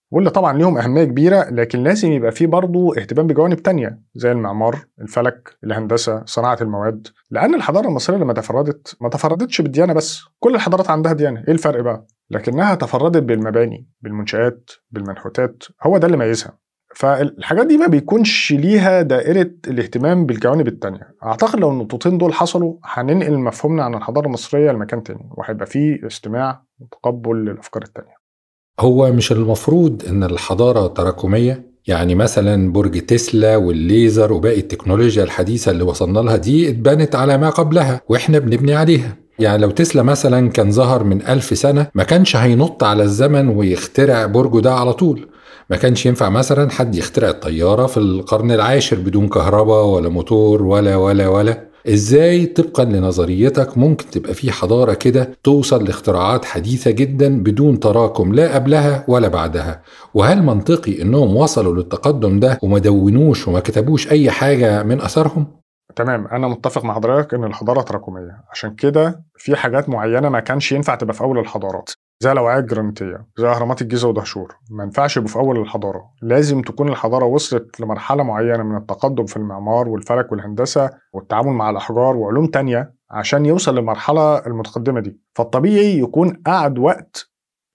واللي طبعا ليهم أهمية كبيرة، لكن لازم يبقى فيه برضو اهتمام بجوانب تانية زي المعمار، الفلك، الهندسة، صناعة المواد. لأن الحضارة المصرية لما ما تفردتش بالديانة بس، كل الحضارات عندها ديانة، إيه الفرق بقى؟ لكنها تفردت بالمباني، بالمنشآت، بالمنحوتات، هو ده اللي ميزها. فالحاجات دي ما بيكونش ليها دائرة الاهتمام بالجوانب التانية. أعتقد لو النقطتين دول حصلوا هننقل مفهومنا عن الحضارة المصرية لمكان تاني، وهيبقى فيه استماع وتقبل للأفكار التانية. هو مش المفروض إن الحضارة تراكمية؟ يعني مثلا برج تسلا والليزر وباقي التكنولوجيا الحديثة اللي وصلنا لها دي اتبنت على ما قبلها وإحنا بنبني عليها. يعني لو تسلا مثلا كان ظهر من 1000 سنة ما كانش هينط على الزمن ويخترع برجه ده على طول. ما كانش ينفع مثلا حد يخترع الطيارة في القرن العاشر بدون كهرباء ولا موتور ولا. ازاي طبقا لنظريتك ممكن تبقى في حضارة كده توصل لاختراعات حديثة جدا بدون تراكم لا قبلها ولا بعدها؟ وهل منطقي انهم وصلوا للتقدم ده وما دونوش وما كتبوش اي حاجة من اثرهم؟ تمام، أنا متفق مع حضرتك إن الحضارة تراكمية، عشان كده في حاجات معينة ما كانش ينفع تبقى في أول الحضارات، زي الأوعية الجرانيتية، زي أهرامات الجيزة ودهشور، ما ينفعش يبقوا في أول الحضارة. لازم تكون الحضارة وصلت لمرحلة معينة من التقدم في المعمار والفلك والهندسة والتعامل مع الأحجار وعلوم تانية عشان يوصل للمرحلة المتقدمة دي. فالطبيعي يكون قعد وقت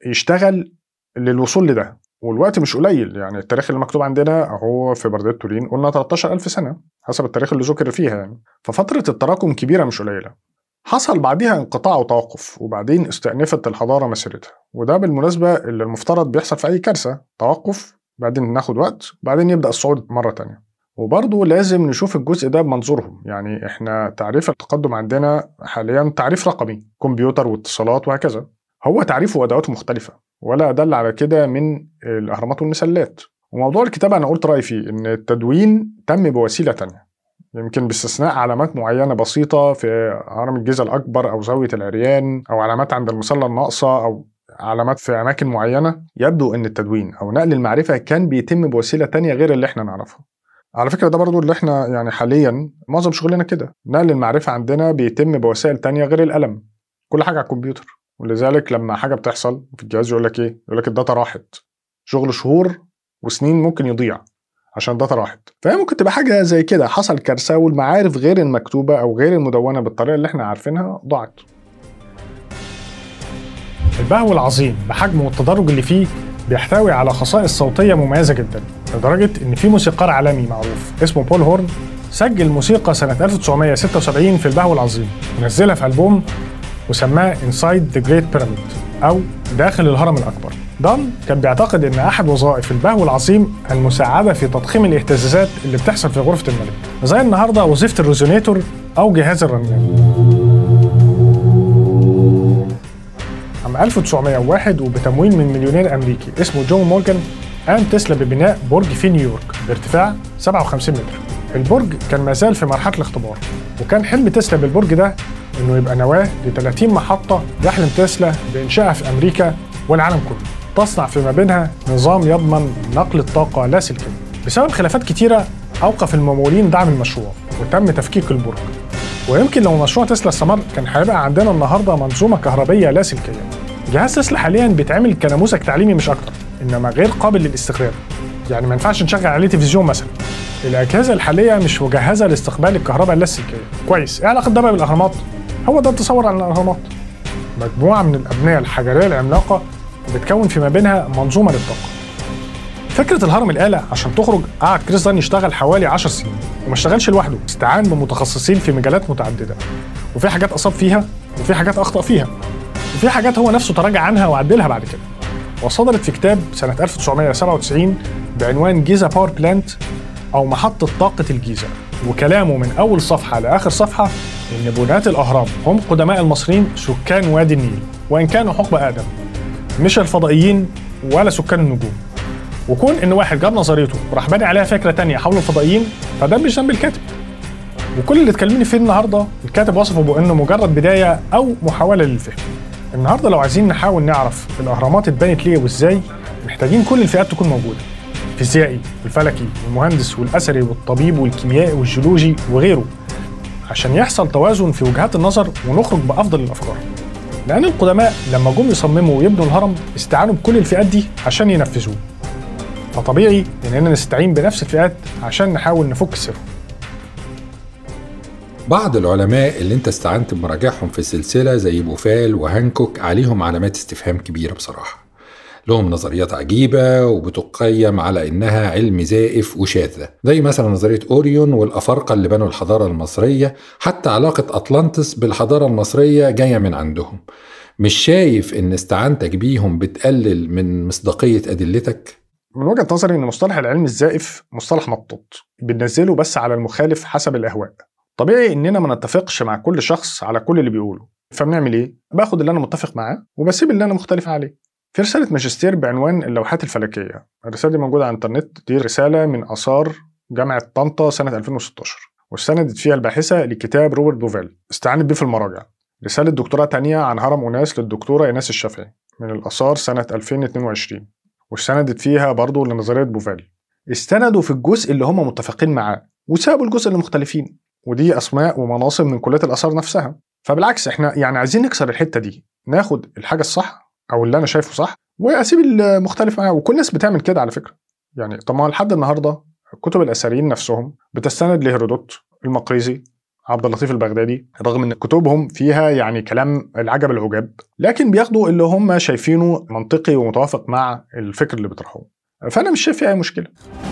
يشتغل للوصول لده، والوقت مش قليل. يعني التاريخ اللي مكتوب عندنا اهو في بردية تورين قلنا 13,000 سنة حسب التاريخ اللي ذكر فيها يعني. ففترة التراكم كبيرة مش قليلة. حصل بعدها انقطاع وتوقف، وبعدين استأنفت الحضارة مسيرتها، وده بالمناسبة اللي المفترض بيحصل في أي كارثة، توقف بعدين ناخد وقت بعدين يبدأ الصعود مرة تانية. وبرضه لازم نشوف الجزء ده بمنظورهم. يعني احنا تعريف التقدم عندنا حاليا تعريف رقمي، كمبيوتر واتصالات وهكذا، هو تعريفه وأدواته مختلفة، ولا أدل على كده من الأهرامات والمسلات. وموضوع الكتابة أنا قلت رأيي فيه إن التدوين تم بوسيلة تانية، يمكن باستثناء علامات معينة بسيطة في هرم الجيزة الأكبر أو زاوية العريان، أو علامات عند المسلة الناقصة، أو علامات في أماكن معينة. يبدو إن التدوين أو نقل المعرفة كان بيتم بوسيلة تانية غير اللي إحنا نعرفها. على فكرة ده برضو اللي إحنا يعني حاليا معظم شغلنا كده، نقل المعرفة عندنا بيتم بوسائل تانية غير القلم، كل حاجة على الكمبيوتر. ولذلك لما حاجة بتحصل في الجهاز يقول لك إيه؟ يقول لك الداتا راحت. شغل شهور وسنين ممكن يضيع عشان الداتا راحت. فهي ممكن تبقى حاجة زي كده، حصل كارثة والمعارف غير المكتوبة أو غير المدونة بالطريقة اللي احنا عارفينها ضاعت. البهو العظيم بحجمه والتدرج اللي فيه بيحتوي على خصائص صوتية مميزة جدا، لدرجة إن في موسيقار عالمي معروف اسمه بول هورن سجل موسيقى سنة 1976 في البهو العظيم ونزلها في ألبوم وسماه Inside the Great Pyramid أو داخل الهرم الأكبر. دان كان بيعتقد إن أحد وظائف البهو العظيم المساعدة في تضخيم الاهتزازات اللي بتحصل في غرفة الملك، زي النهاردة وظيفة الريزونيتور أو جهاز الرنين. عام 1901 وبتمويل من مليونير أمريكي اسمه جون مورجان قام تسلا ببناء برج في نيويورك بارتفاع 57 متر. البرج كان مازال في مرحلة الاختبار، وكان حلم تسلا بالبرج ده إنه يبقى نواة ل 30 محطة يحلم تسلا بإنشائها في أمريكا والعالم كله، تصنع فيما بينها نظام يضمن نقل الطاقة لاسلكيا. بسبب خلافات كتيرة أوقف الممولين دعم المشروع وتم تفكيك البرج، ويمكن لو مشروع تسلا استمر كان هيبقى عندنا النهارده منظومة كهربية لاسلكية. جهاز تسلا حاليا بيتعمل كنموذج تعليمي مش أكتر، إنما غير قابل للاستخدام. يعني ما ينفعش نشغل عليه تلفزيون مثلا. الأجهزة الحالية مش مجهزة لاستقبال الكهرباء اللاسلكية. كويس، إيه علاقة ده بقى بالأهرامات؟ هو ده التصور عن الأهرامات، مجموعة من الأبنية الحجرية العملاقة بتكون فيما بينها منظومة للطاقة. فكرة الهرم الآلة عشان تخرج قعد كريس دان يشتغل حوالي 10 سنين، وما اشتغلش لوحده، استعان بمتخصصين في مجالات متعددة، وفي حاجات أصاب فيها وفي حاجات أخطأ فيها، وفي حاجات هو نفسه تراجع عنها وعدلها بعد كده. وصدرت في كتاب سنة 1997 بعنوان جيزا باور بلانت أو محطة طاقة الجيزة، وكلامه من أول صفحة لآخر صفحة إن بناة الأهرام هم قدماء المصريين سكان وادي النيل، وإن كانوا حقب آدم، مش الفضائيين ولا سكان النجوم. وكون إن واحد جاب نظريته وراح باني عليها فكرة تانية حول الفضائيين، فده مش ذنب الكاتب. وكل اللي اتكلمني فيه النهارده الكاتب وصفه بأنه مجرد بداية أو محاولة للفهم. النهارده لو عايزين نحاول نعرف الأهرامات اتبنت ليه وإزاي، محتاجين كل الفئات تكون موجودة، الفيزيائي والفلكي والمهندس والأثري والطبيب والكيميائي والجيولوجي وغيره، عشان يحصل توازن في وجهات النظر ونخرج بأفضل الأفكار. لأن القدماء لما جم يصمموا ويبنوا الهرم استعانوا بكل الفئات دي عشان ينفذوه، فطبيعي إننا نستعين بنفس الفئات عشان نحاول نفك السر. بعض العلماء اللي انت استعنت بمراجعهم في السلسلة زي بوفال وهانكوك عليهم علامات استفهام كبيرة بصراحة. لهم نظريات عجيبة وبتقيم على إنها علم زائف وشاذة، زي مثلا نظرية أوريون والأفارقة اللي بنوا الحضارة المصرية. حتى علاقة أطلانتس بالحضارة المصرية جاية من عندهم. مش شايف إن استعانتك بيهم بتقلل من مصداقية أدلتك؟ من وجهة نظري إن مصطلح العلم الزائف مصطلح مطاط بننزله بس على المخالف حسب الأهواء. طبيعي إننا ما نتفقش مع كل شخص على كل اللي بيقوله، فبنعمل إيه؟ باخد اللي أنا متفق معاه وبسيب اللي أنا مختلف عليه. في رسالة ماجستير بعنوان اللوحات الفلكية، الرسالة دي موجودة على الإنترنت، دي رسالة من آثار جامعة طنطا سنة 2016، واستندت فيها الباحثة لكتاب روبرت بوفال استعانت بيه في المراجعة. رسالة دكتوراه تانية عن هرم أناس للدكتورة إيناس الشافعي من الآثار سنة 2022، واستندت فيها برضو لنظرية بوفال. استندوا في الجزء اللي هم متفقين معاه وسابوا الجزء اللي مختلفين، ودي أسماء ومناصب من كليات الآثار نفسها. فبالعكس احنا يعني عايزين نكسر الحتة دي، ناخد الحاجة الصح أو اللي أنا شايفه صح وأسيب المختلف معاه. وكل الناس بتعمل كده على فكرة. يعني طب ما لحد النهاردة كتب الأثريين نفسهم بتستند لهيرودوت، المقريزي، عبد اللطيف البغدادي، رغم ان كتبهم فيها يعني كلام العجب العجاب، لكن بياخدوا اللي هم شايفينه منطقي ومتوافق مع الفكر اللي بيطرحوه. فانا مش شايف فيها اي مشكله.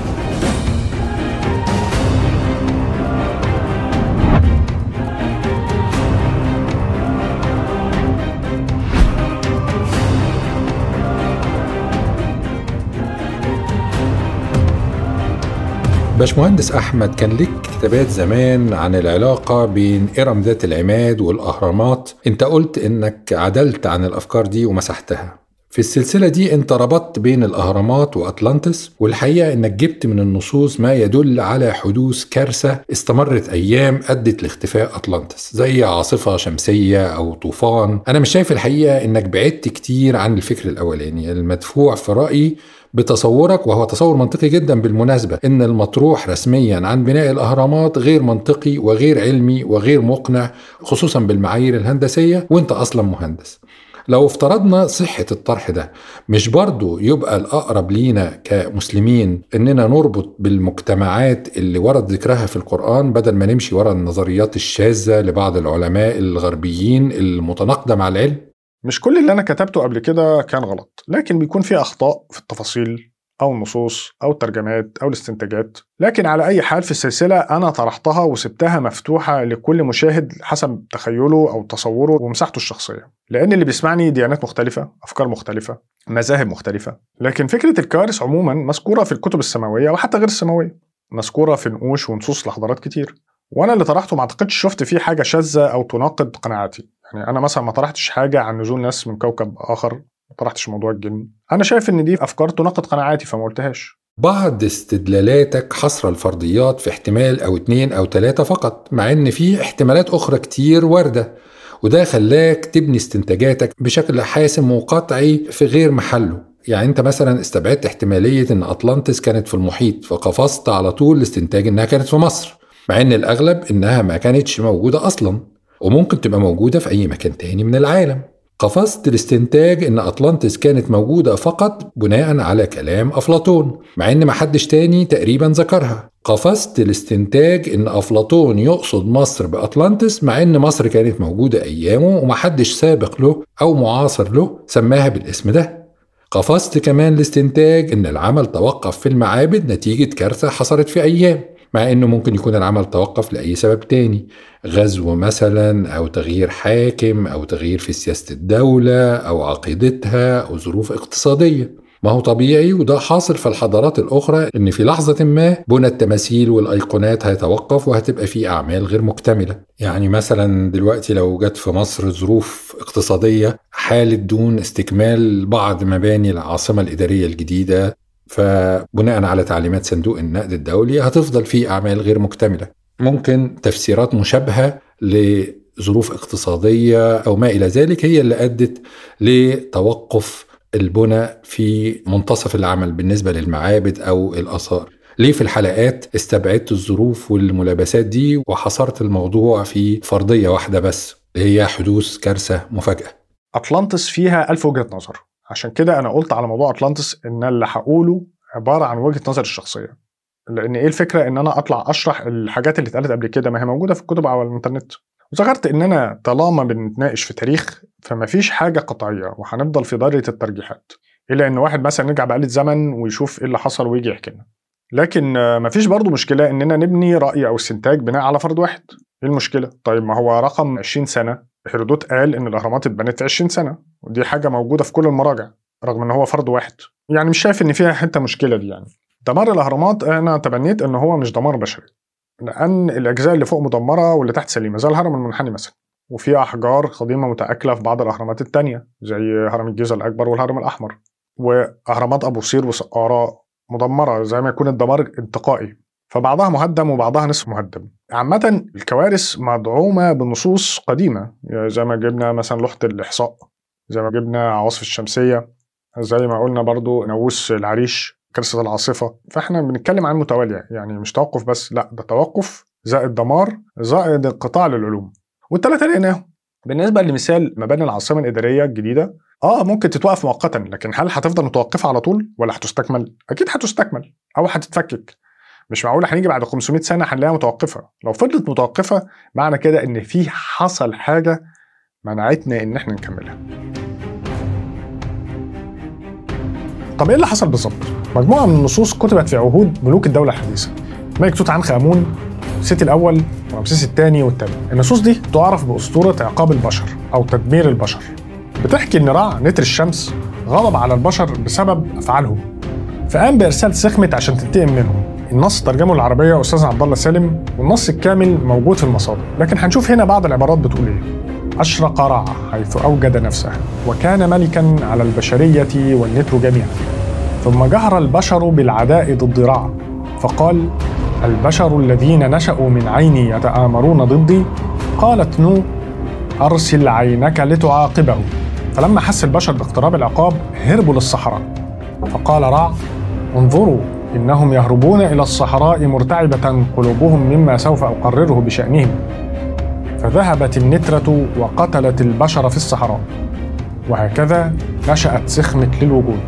باشمهندس أحمد، كان لك كتابات زمان عن العلاقة بين إرم ذات العماد والأهرامات. انت قلت انك عدلت عن الأفكار دي ومسحتها. في السلسلة دي انت ربطت بين الأهرامات وأطلانتس، والحقيقة انك جبت من النصوص ما يدل على حدوث كارثة استمرت أيام أدت لاختفاء أطلانتس، زي عاصفة شمسية أو طوفان. أنا مش شايف الحقيقة انك بعدت كتير عن الفكر الأولاني المدفوع في رأيي بتصورك، وهو تصور منطقي جدا بالمناسبة، إن المطروح رسميا عن بناء الأهرامات غير منطقي وغير علمي وغير مقنع، خصوصا بالمعايير الهندسية، وإنت أصلا مهندس. لو افترضنا صحة الطرح ده، مش برضو يبقى الأقرب لينا كمسلمين إننا نربط بالمجتمعات اللي ورد ذكرها في القرآن، بدل ما نمشي ورا النظريات الشاذة لبعض العلماء الغربيين المتناقضة مع العلم؟ مش كل اللي أنا كتبته قبل كده كان غلط، لكن بيكون فيه أخطاء في التفاصيل أو النصوص أو الترجمات أو الاستنتاجات. لكن على أي حال في السلسلة أنا طرحتها وسبتها مفتوحة لكل مشاهد حسب تخيله أو تصوره ومساحته الشخصية، لأن اللي بيسمعني ديانات مختلفة، أفكار مختلفة، مذاهب مختلفة. لكن فكرة الكوارث عموما مذكورة في الكتب السماوية وحتى غير السماوية، مذكورة في نقوش ونصوص لحضارات كتير، وأنا اللي طرحته ما أعتقدش شفت فيه حاجة شاذة أو تناقض قناعاتي. يعني أنا مثلا ما طرحتش حاجة عن نزول ناس من كوكب آخر، ما طرحتش موضوع الجن. أنا شايف إن دي أفكار تناقض قناعاتي فما قلتهاش. بعض استدلالاتك حصر الفرضيات في احتمال أو 2 أو 3 فقط، مع إن في احتمالات أخرى كتير واردة، وده خلاك تبني استنتاجاتك بشكل حاسم وقطعي في غير محله. يعني انت مثلا استبعدت احتمالية ان أطلانتس كانت في المحيط، فقفزت على طول لاستنتاج انها كانت في مصر، مع ان الأغلب انها ما كانتش موجودة أصلا، وممكن تبقى موجودة في أي مكان تاني من العالم. قفزت الاستنتاج ان أطلانتس كانت موجودة فقط بناء على كلام أفلاطون، مع ان ما حدش تاني تقريبا ذكرها. قفزت الاستنتاج ان أفلاطون يقصد مصر بأطلانتس، مع ان مصر كانت موجودة ايامه وما حدش سابق له او معاصر له سماها بالاسم ده. قفزت كمان الاستنتاج ان العمل توقف في المعابد نتيجة كارثة حصلت في ايام، مع انه ممكن يكون العمل توقف لأي سبب تاني، غزو مثلا او تغيير حاكم او تغيير في سياسة الدولة او عقيدتها او ظروف اقتصادية. ما هو طبيعي، وده حاصل في الحضارات الأخرى، إن في لحظة ما بنى التماثيل والأيقونات هيتوقف وهتبقى في أعمال غير مكتملة. يعني مثلا دلوقتي لو جت في مصر ظروف اقتصادية حالت دون استكمال بعض مباني العاصمة الإدارية الجديدة، فبناء على تعليمات صندوق النقد الدولي هتفضل في أعمال غير مكتملة. ممكن تفسيرات مشابهة لظروف اقتصادية أو ما إلى ذلك هي اللي أدت لتوقف البنى في منتصف العمل بالنسبة للمعابد أو الآثار. ليه في الحلقات استبعدت الظروف والملابسات دي وحصرت الموضوع في فرضية واحدة بس، هي حدوث كارثة مفاجئة؟ أطلانتس فيها 1000 وجهة نظر، عشان كده أنا قلت على موضوع أطلانتس إن اللي هقوله عباره عن وجهه نظر الشخصيه. لان ايه الفكره ان انا اطلع اشرح الحاجات اللي اتقالت قبل كده؟ ما هي موجوده في الكتب على الانترنت. وذكرت ان انا طالما بنتناقش في تاريخ فما فيش حاجه قطعيه وهنفضل في دايره الترجيحات، الا ان واحد مثلا يرجع بآلة زمن ويشوف ايه اللي حصل ويجي يحكي لنا. لكن ما فيش برضو مشكله اننا نبني راي او استنتاج بناء على فرض واحد. ايه المشكله؟ طيب ما هو رقم 20 سنه، هيرودوت قال ان الاهرامات اتبنت في 20 سنه، ودي حاجه موجوده في كل المراجع رغم ان هو فرض واحد. يعني مش شايف ان فيها حته مشكله دي. يعني دمار الاهرامات انا تبنيت ان هو مش دمار بشري، لان الاجزاء اللي فوق مدمره واللي تحت سليمه، زي الهرم المنحني مثلا، وفي احجار قديمه متاكله في بعض الاهرامات الثانيه زي هرم الجيزه الاكبر والهرم الاحمر، واهرامات ابو سير وسقاره مدمره زي ما يكون الدمار انتقائي، فبعضها مهدم وبعضها نصف مهدم. عامه الكوارث مدعومه بنصوص قديمه، زي ما جبنا مثلا لوحه الاحصاء، زي ما جبنا عواصف الشمسيه، زي ما قلنا برضو ناموس العريش، كارثة العاصفة. فاحنا بنتكلم عن متوالية، يعني مش توقف بس، لا ده توقف زائد دمار زائد انقطاع للعلوم، والثلاثة لقيناهم. بالنسبة لمثال مباني العاصمة الإدارية الجديدة، ممكن تتوقف مؤقتا، لكن هل هتفضل متوقفة على طول ولا هتستكمل؟ أكيد هتستكمل أو هتتفكك. مش معقول هنيجي بعد 500 سنة هنلاقيها متوقفة. لو فضلت متوقفة معنى كده إن في حصل حاجة منعتنا إن احنا نكملها. طب ايه اللي حصل بالظبط؟ مجموعه من النصوص كتبت في عهود ملوك الدوله الحديثه، الملك توت عنخ امون، سيتي الاول ورمسيس الثاني والثالث. النصوص دي تعرف باسطوره عقاب البشر او تدمير البشر. بتحكي ان رع نتر الشمس غضب على البشر بسبب افعالهم، فقام بارسال سخمت عشان تنتقم منهم. النص ترجمه العربيه استاذ عبد الله سالم، والنص الكامل موجود في المصادر، لكن هنشوف هنا بعض العبارات بتقول ايه. أشرق رع حيث أوجد نفسه وكان ملكا على البشرية والنتر جميعا، ثم جهر البشر بالعداء ضد رع فقال: البشر الذين نشأوا من عيني يتآمرون ضدي. قالت نو: أرسل عينك لتعاقبه. فلما حس البشر باقتراب العقاب هربوا للصحراء، فقال رع: انظروا إنهم يهربون إلى الصحراء مرتعبة قلوبهم مما سوف أقرره بشأنهم. فذهبت النترة وقتلت البشر في الصحراء، وهكذا نشأت سخمت للوجود.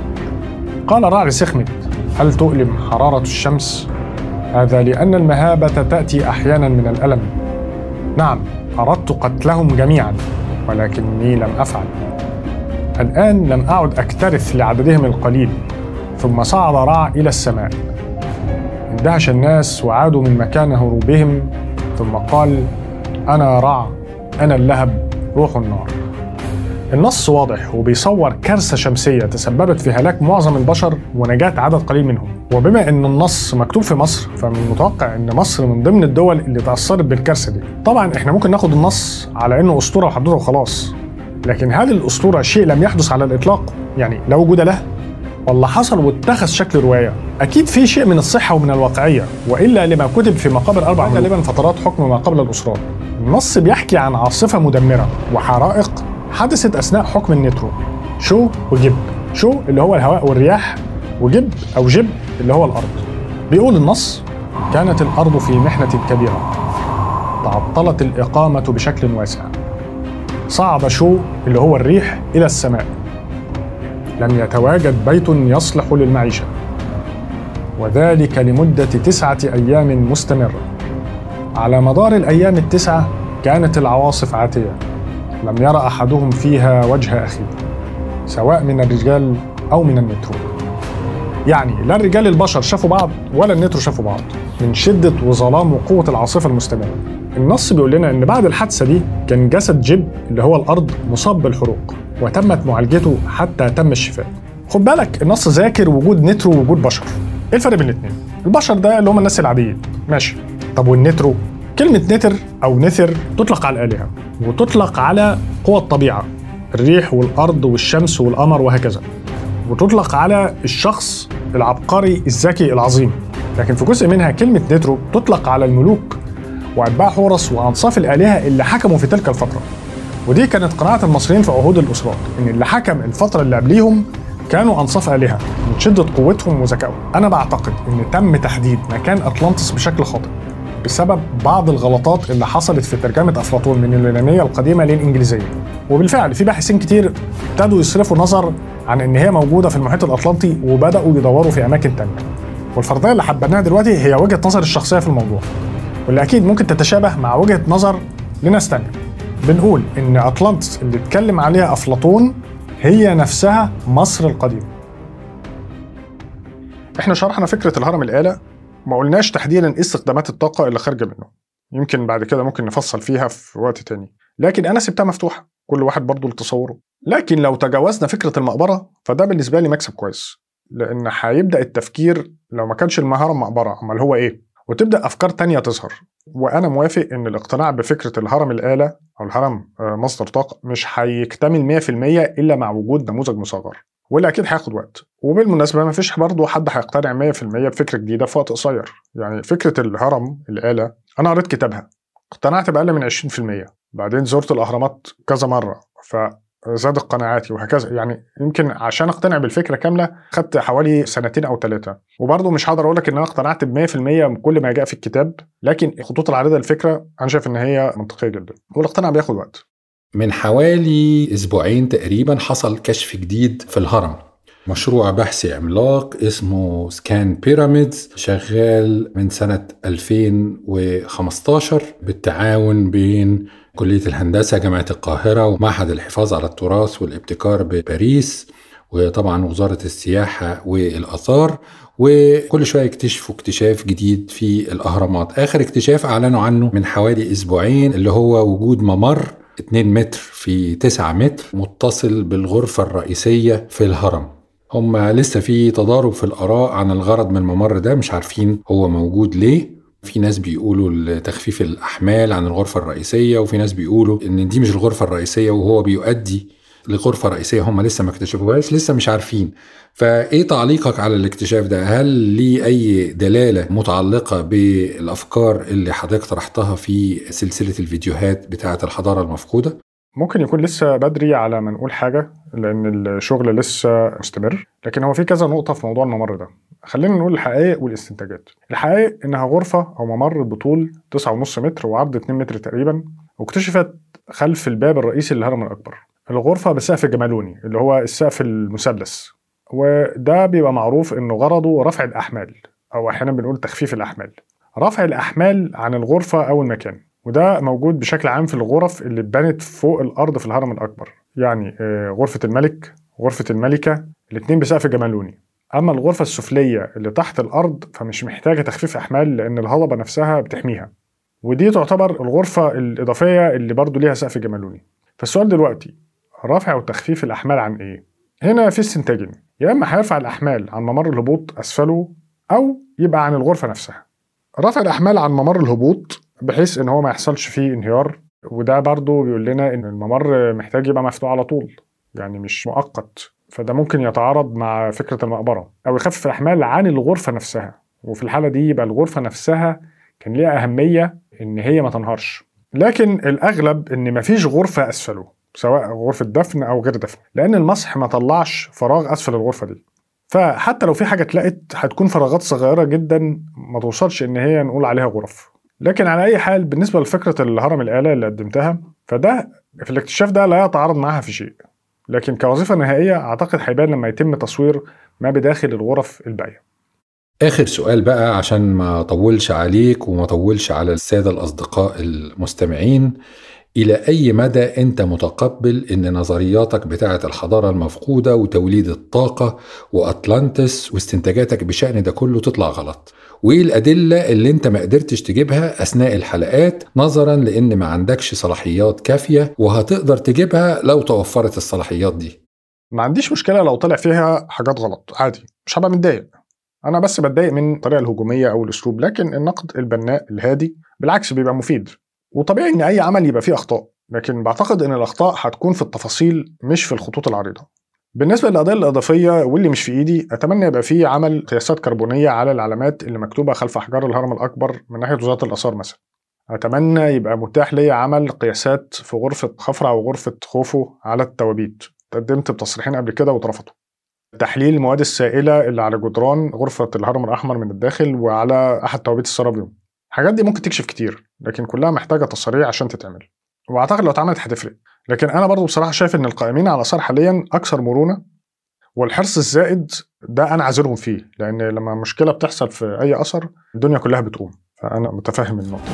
قال رع لسخمت: هل تؤلم حرارة الشمس؟ هذا لأن المهابة تأتي أحيانا من الألم. نعم، أردت قتلهم جميعا ولكني لم أفعل. الآن لم أعد أكترث لعددهم القليل. ثم صعد رع إلى السماء، اندهش الناس وعادوا من مكان هروبهم، ثم قال: أنا رع، أنا اللهب، روح النار. النص واضح وبيصور كارثة شمسية تسببت في هلاك معظم البشر ونجاة عدد قليل منهم. وبما أن النص مكتوب في مصر فمن المتوقع أن مصر من ضمن الدول اللي تأثرت بالكارثة دي. طبعا إحنا ممكن ناخد النص على أنه أسطورة وحدوثة وخلاص، لكن هل الأسطورة شيء لم يحدث على الإطلاق؟ يعني لا وجود له؟ ولا حصل واتخذ شكل رواية؟ أكيد في شيء من الصحة ومن الواقعية، وإلا لما كتب في مقابر 4 غالبا فترات حكم ما قبل الأسرات. النص بيحكي عن عاصفة مدمرة وحرائق حدثت أثناء حكم النترو، شو وجب. شو اللي هو الهواء والرياح، وجب أو جب اللي هو الأرض. بيقول النص: كانت الأرض في محنة كبيرة، تعطلت الإقامة بشكل واسع، صعد شو اللي هو الريح إلى السماء، لم يتواجد بيت يصلح للمعيشة، وذلك لمدة 9 أيام مستمرة. على مدار الأيام 9 كانت العواصف عاتية، لم يرى أحدهم فيها وجه أخيه، سواء من الرجال أو من النترو. يعني لا الرجال البشر شافوا بعض ولا النترو شافوا بعض من شدة وظلام وقوة العاصفة المستمرة. النص بيقول لنا إن بعد الحادثة دي كان جسد جيب اللي هو الأرض مصاب بالحروق، وتمت معالجته حتى تم الشفاء. خد بالك النص ذاكر وجود نترو ووجود بشر. ايه الفرق بين الاثنين؟ البشر ده اللي هم الناس العاديين، ماشي. طب والنترو؟ كلمة نتر أو نثر تطلق على الآلهة، وتطلق على قوى الطبيعة، الريح والأرض والشمس والقمر وهكذا، وتطلق على الشخص العبقري الذكي العظيم. لكن في جزء منها كلمة نترو تطلق على الملوك وأتباع حورس وأنصاف الآلهة اللي حكموا في تلك الفترة. ودي كانت قناعة المصريين في عهود الأسرات، إن اللي حكم الفترة اللي قبليهم كانوا أنصاف آلهة من شدة قوتهم وذكائهم. أنا بعتقد إن تم تحديد مكان أطلانتس بشكل خاطئ، بسبب بعض الغلطات اللي حصلت في ترجمة أفلاطون من اليونانية القديمة للإنجليزية. وبالفعل في باحثين كتير ابتدوا يصرفوا نظر عن إن هي موجودة في المحيط الأطلنطي وبدأوا يدوروا في أماكن تانية. والفرضية اللي حبناها دلوقتي هي وجهة نظر الشخصية في الموضوع، واللي أكيد ممكن تتشابه مع وجهة نظر لناس تانية. بنقول إن أطلانتس اللي اتكلم عليها أفلاطون هي نفسها مصر القديمة. احنا شرحنا فكرة الهرم الآلة، ما قلناش تحديدا ايه استخدامات الطاقة اللي خارجة منه، يمكن بعد كده ممكن نفصل فيها في وقت تاني، لكن أنا سبتها مفتوحة كل واحد برضو لتصوره. لكن لو تجاوزنا فكرة المقبرة فده بالنسبة لي مكسب كويس، لأن هيبدأ التفكير لو ما كانش الهرم مقبرة أمال هو إيه، وتبدأ أفكار تانية تظهر. وأنا موافق إن الاقتناع بفكرة الهرم الآلة أو الهرم مصدر طاقة مش هيكتمل 100% إلا مع وجود نموذج مصغر، واللي أكيد هياخد وقت. وبالمناسبة ما فيش برضه حد هيقتنع 100% بفكرة جديدة في وقت قصير. يعني فكرة الهرم الآلة أنا قريت كتابها اقتنعت بأقل من 20%، بعدين زرت الأهرامات كذا مرة فزادت قناعاتي وهكذا. يعني يمكن عشان أقتنع بالفكرة كاملة خدت حوالي 2 أو 3. وبرضه مش هقدر أقولك إن أنا اقتنعت ب100% من كل ما جاء في الكتاب، لكن خطوط العريضة الفكرة أنا شايف إن هي منطقية جدا، والاقتناع بياخد وقت. من حوالي أسبوعين تقريبا حصل كشف جديد في الهرم، مشروع بحثي عملاق اسمه سكان بيراميدز، شغال من سنة 2015 بالتعاون بين كلية الهندسة جامعة القاهرة ومعهد الحفاظ على التراث والابتكار بباريس، وطبعا وزارة السياحة والآثار. وكل شوية يكتشفوا اكتشاف جديد في الأهرامات. آخر اكتشاف أعلنوا عنه من حوالي أسبوعين اللي هو وجود ممر 2 متر في 9 متر متصل بالغرفة الرئيسية في الهرم. هم لسه في تضارب في الآراء عن الغرض من الممر ده، مش عارفين هو موجود ليه. في ناس بيقولوا لتخفيف الأحمال عن الغرفة الرئيسية، وفي ناس بيقولوا إن دي مش الغرفة الرئيسية وهو بيؤدي لغرفة رئيسية هم لسه ما اكتشفوهاش، لسه مش عارفين. فإيه تعليقك على الاكتشاف ده؟ هل ليه أي دلالة متعلقة بالأفكار اللي حضرتك طرحتها في سلسلة الفيديوهات بتاعة الحضارة المفقودة؟ ممكن يكون لسه بدري على ما نقول حاجة لأن الشغل لسه مستمر، لكن هو في كذا نقطة في موضوع الممر ده. خلينا نقول الحقائق والاستنتاجات. الحقائق إنها غرفة أو ممر بطول 9.5 متر وعرض 2 متر تقريبا، واكتشفت خلف الباب الرئيسي للهرم الأكبر. الغرفة بسقف جمالوني اللي هو السقف المثلث، وده بيبقى معروف إنه غرضه رفع الأحمال، أو أحيانا بنقول تخفيف الأحمال، رفع الأحمال عن الغرفة أو المكان. وده موجود بشكل عام في الغرف اللي اتبنت فوق الأرض في الهرم الأكبر، يعني غرفة الملك وغرفة الملكة الاتنين بسقف جمالوني. أما الغرفة السفلية اللي تحت الأرض فمش محتاجة تخفيف أحمال لأن الهضبة نفسها بتحميها، ودي تعتبر الغرفة الإضافية اللي برضو ليها سقف جمالوني. فالسؤال دلوقتي رفع وتخفيف الأحمال عن إيه؟ هنا في استنتاجين، يا إما هيرفع الأحمال عن ممر الهبوط أسفله أو يبقى عن الغرفة نفسها. رفع الأحمال عن ممر الهبوط بحيث إن هو ما يحصلش فيه انهيار، وده برضو بيقول لنا إن الممر محتاج يبقى مفتوح على طول، يعني مش مؤقت. فده ممكن يتعارض مع فكرة المقبرة. أو يخفف الأحمال عن الغرفة نفسها، وفي الحالة دي يبقى الغرفة نفسها كان ليها أهمية إن هي ما تنهارش. لكن الأغلب إن مفيش غرفة أسفله، سواء غرفة دفن أو غير دفن، لأن المسح ما طلعش فراغ أسفل الغرفة دي. فحتى لو في حاجة اتلقت هتكون فراغات صغيرة جدا ما توصلش إن هي نقول عليها غرف. لكن على أي حال بالنسبة لفكرة الهرم الآلة اللي قدمتها، فده في الاكتشاف ده لا يتعارض معها في شيء، لكن كوظيفة نهائية أعتقد هيبان لما يتم تصوير ما بداخل الغرف الباقية. آخر سؤال بقى عشان ما أطولش عليك وما أطولش على السادة الأصدقاء المستمعين، إلى أي مدى أنت متقبل أن نظرياتك بتاعة الحضارة المفقودة وتوليد الطاقة وأطلانتس واستنتاجاتك بشأن ده كله تطلع غلط؟ وإيه الأدلة اللي أنت ما قدرتش تجيبها أثناء الحلقات نظرا لأن ما عندكش صلاحيات كافية وهتقدر تجيبها لو توفرت الصلاحيات دي؟ ما عنديش مشكلة لو طلع فيها حاجات غلط، عادي، مش هبقى متضايق. أنا بس بتضايق من الطريقة الهجومية أو الأسلوب، لكن النقد البناء الهادي بالعكس بيبقى مفيد. وطبيعي إن أي عمل يبقى فيه أخطاء، لكن بعتقد إن الأخطاء هتكون في التفاصيل مش في الخطوط العريضة. بالنسبة للأدلة الإضافية واللي مش في إيدي، أتمنى يبقى فيه عمل قياسات كربونية على العلامات اللي مكتوبة خلف أحجار الهرم الأكبر من ناحية وزارة الآثار مثلا. أتمنى يبقى متاح لي عمل قياسات في غرفة خفرع وغرفة خوفو على التوابيت، قدمت بتصريحين قبل كده واترفضوا. تحليل المواد السائلة اللي على جدران غرفة الهرم الأحمر من الداخل وعلى أحد توابيت السرابيوم. الحاجات دي ممكن تكشف كتير، لكن كلها محتاجة تصاريح عشان تتعمل، واعتقد لو اتعملت هتفرق. لكن انا برضو بصراحة شايف ان القائمين على الآثار حاليا اكثر مرونة، والحرص الزائد ده انا عذرهم فيه، لان لما مشكلة بتحصل في اي اثر الدنيا كلها بتقوم، فانا متفهم النقطة.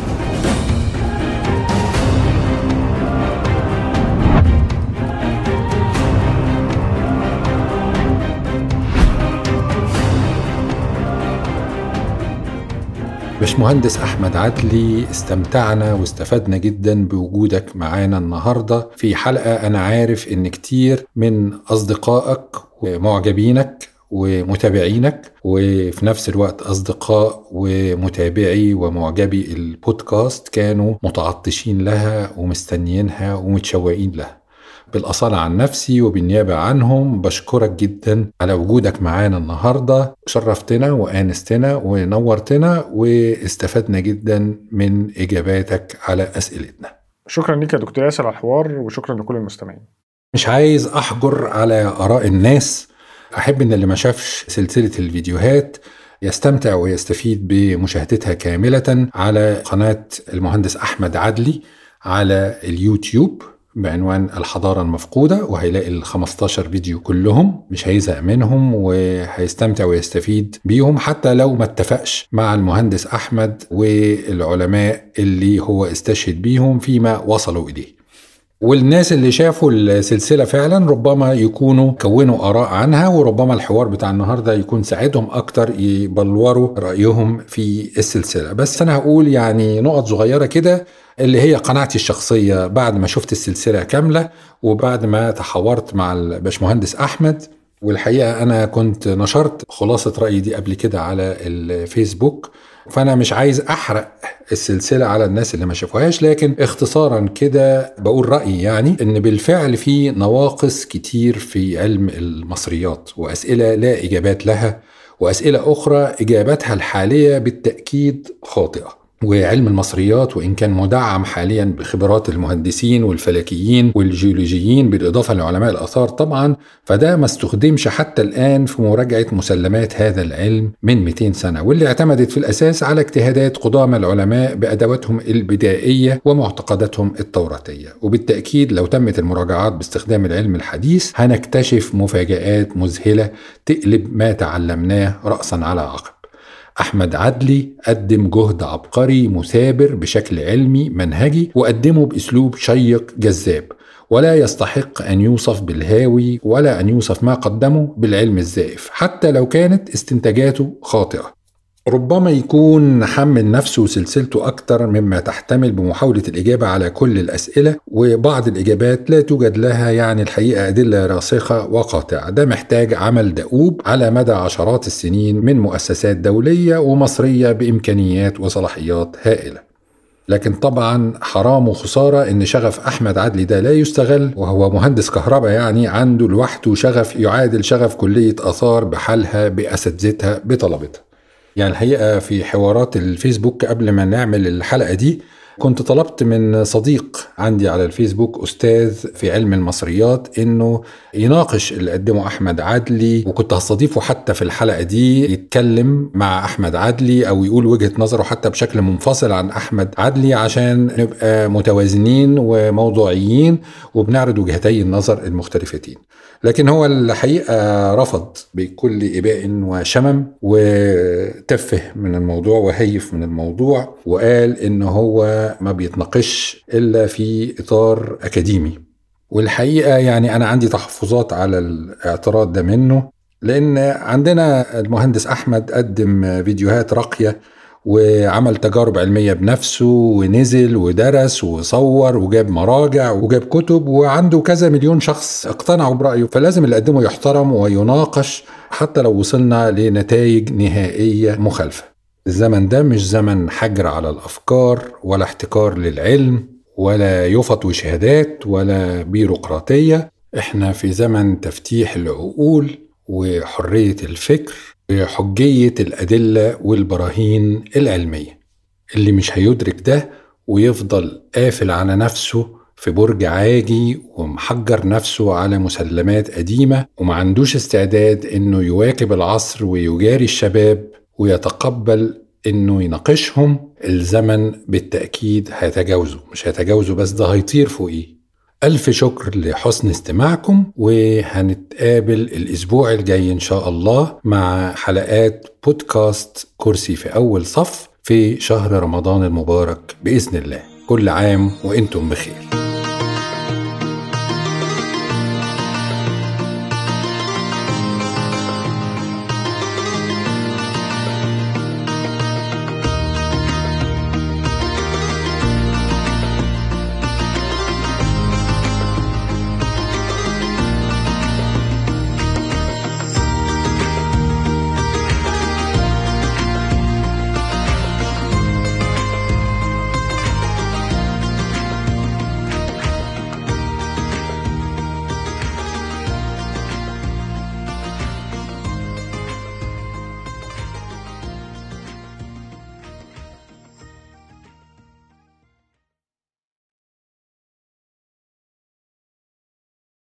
باشمهندس أحمد عدلي، استمتعنا واستفدنا جدا بوجودك معانا النهاردة في حلقة أنا عارف إن كتير من أصدقائك ومعجبينك ومتابعينك وفي نفس الوقت أصدقاء ومتابعي ومعجبي البودكاست كانوا متعطشين لها ومستنيينها ومتشوقين لها. بالأصالة عن نفسي وبالنيابة عنهم بشكرك جدا على وجودك معانا النهاردة. شرفتنا وآنستنا ونورتنا واستفدنا جدا من إجاباتك على أسئلتنا. شكرا لك يا دكتور ياسر على الحوار، وشكرا لكل المستمعين. مش عايز أحجر على آراء الناس، أحب إن اللي ما شافش سلسلة الفيديوهات يستمتع ويستفيد بمشاهدتها كاملة على قناة المهندس أحمد عدلي على اليوتيوب بعنوان الحضارة المفقودة، وهيلاقي 15 فيديو كلهم مش هيزهق منهم وهيستمتع ويستفيد بيهم حتى لو ما اتفقش مع المهندس أحمد والعلماء اللي هو استشهد بيهم فيما وصلوا إليه. والناس اللي شافوا السلسلة فعلا ربما يكونوا كونوا آراء عنها، وربما الحوار بتاع النهاردة يكون ساعدهم أكتر يبلوروا رأيهم في السلسلة. بس أنا هقول يعني نقط صغيرة كده اللي هي قناعتي الشخصية بعد ما شفت السلسلة كاملة وبعد ما تحاورت مع الباشمهندس أحمد. والحقيقة أنا كنت نشرت خلاصة رأيي دي قبل كده على الفيسبوك، فأنا مش عايز أحرق السلسلة على الناس اللي ما شافوهاش، لكن اختصارا كده بقول رأيي يعني إن بالفعل في نواقص كتير في علم المصريات، وأسئلة لا إجابات لها، وأسئلة أخرى إجاباتها الحالية بالتأكيد خاطئة. وعلم المصريات وإن كان مدعم حاليا بخبرات المهندسين والفلكيين والجيولوجيين بالإضافة لعلماء الآثار طبعا، فده ما استخدمش حتى الآن في مراجعة مسلمات هذا العلم من 200 سنة، واللي اعتمدت في الأساس على اجتهادات قدامى العلماء بأدواتهم البدائية ومعتقداتهم التوراتية. وبالتأكيد لو تمت المراجعات باستخدام العلم الحديث هنكتشف مفاجآت مذهلة تقلب ما تعلمناه رأسا على عقب. أحمد عدلي قدم جهد عبقري مثابر بشكل علمي منهجي، وقدمه بأسلوب شيق جذاب، ولا يستحق أن يوصف بالهاوي ولا أن يوصف ما قدمه بالعلم الزائف حتى لو كانت استنتاجاته خاطئة. ربما يكون حمل نفسه وسلسلته أكتر مما تحتمل بمحاولة الإجابة على كل الأسئلة، وبعض الإجابات لا توجد لها يعني الحقيقة أدلة راسخة وقاطعة. ده محتاج عمل دؤوب على مدى عشرات السنين من مؤسسات دولية ومصرية بإمكانيات وصلاحيات هائلة. لكن طبعا حرام وخسارة إن شغف أحمد عدلي ده لا يستغل، وهو مهندس كهرباء يعني عنده لوحده شغف يعادل شغف كلية آثار بحالها بأساتذتها بطلبتها. يعني الحقيقة في حوارات الفيسبوك قبل ما نعمل الحلقة دي كنت طلبت من صديق عندي على الفيسبوك أستاذ في علم المصريات إنه يناقش اللي قدمه أحمد عدلي، وكنت هستضيفه حتى في الحلقة دي يتكلم مع أحمد عدلي أو يقول وجهة نظره حتى بشكل منفصل عن أحمد عدلي عشان نبقى متوازنين وموضوعيين وبنعرض وجهتي النظر المختلفتين. لكن هو الحقيقة رفض بكل إباء وشمم وتفه من الموضوع وهيف من الموضوع، وقال إنه هو ما بيتناقش إلا في إطار أكاديمي. والحقيقة يعني أنا عندي تحفظات على الاعتراض ده منه، لأن عندنا المهندس أحمد قدم فيديوهات راقية وعمل تجارب علمية بنفسه ونزل ودرس وصور وجاب مراجع وجاب كتب، وعنده كذا مليون شخص اقتنعوا برأيه، فلازم اللي قدمه يحترم ويناقش حتى لو وصلنا لنتائج نهائية مخالفة. الزمن ده مش زمن حجر على الأفكار ولا احتكار للعلم ولا يفط وشهادات ولا بيروقراطية. احنا في زمن تفتيح العقول وحرية الفكر وحجية الأدلة والبراهين العلمية. اللي مش هيدرك ده ويفضل قافل على نفسه في برج عاجي ومحجر نفسه على مسلمات قديمة وما عندوش استعداد انه يواكب العصر ويجاري الشباب ويتقبل إنه يناقشهم الزمن بالتأكيد هيتجاوزوا، مش هيتجاوزوا بس، ده هيطير فوقيه. ألف شكر لحسن استماعكم، وهنتقابل الأسبوع الجاي إن شاء الله مع حلقات بودكاست كرسي في أول صف في شهر رمضان المبارك بإذن الله. كل عام وإنتم بخير.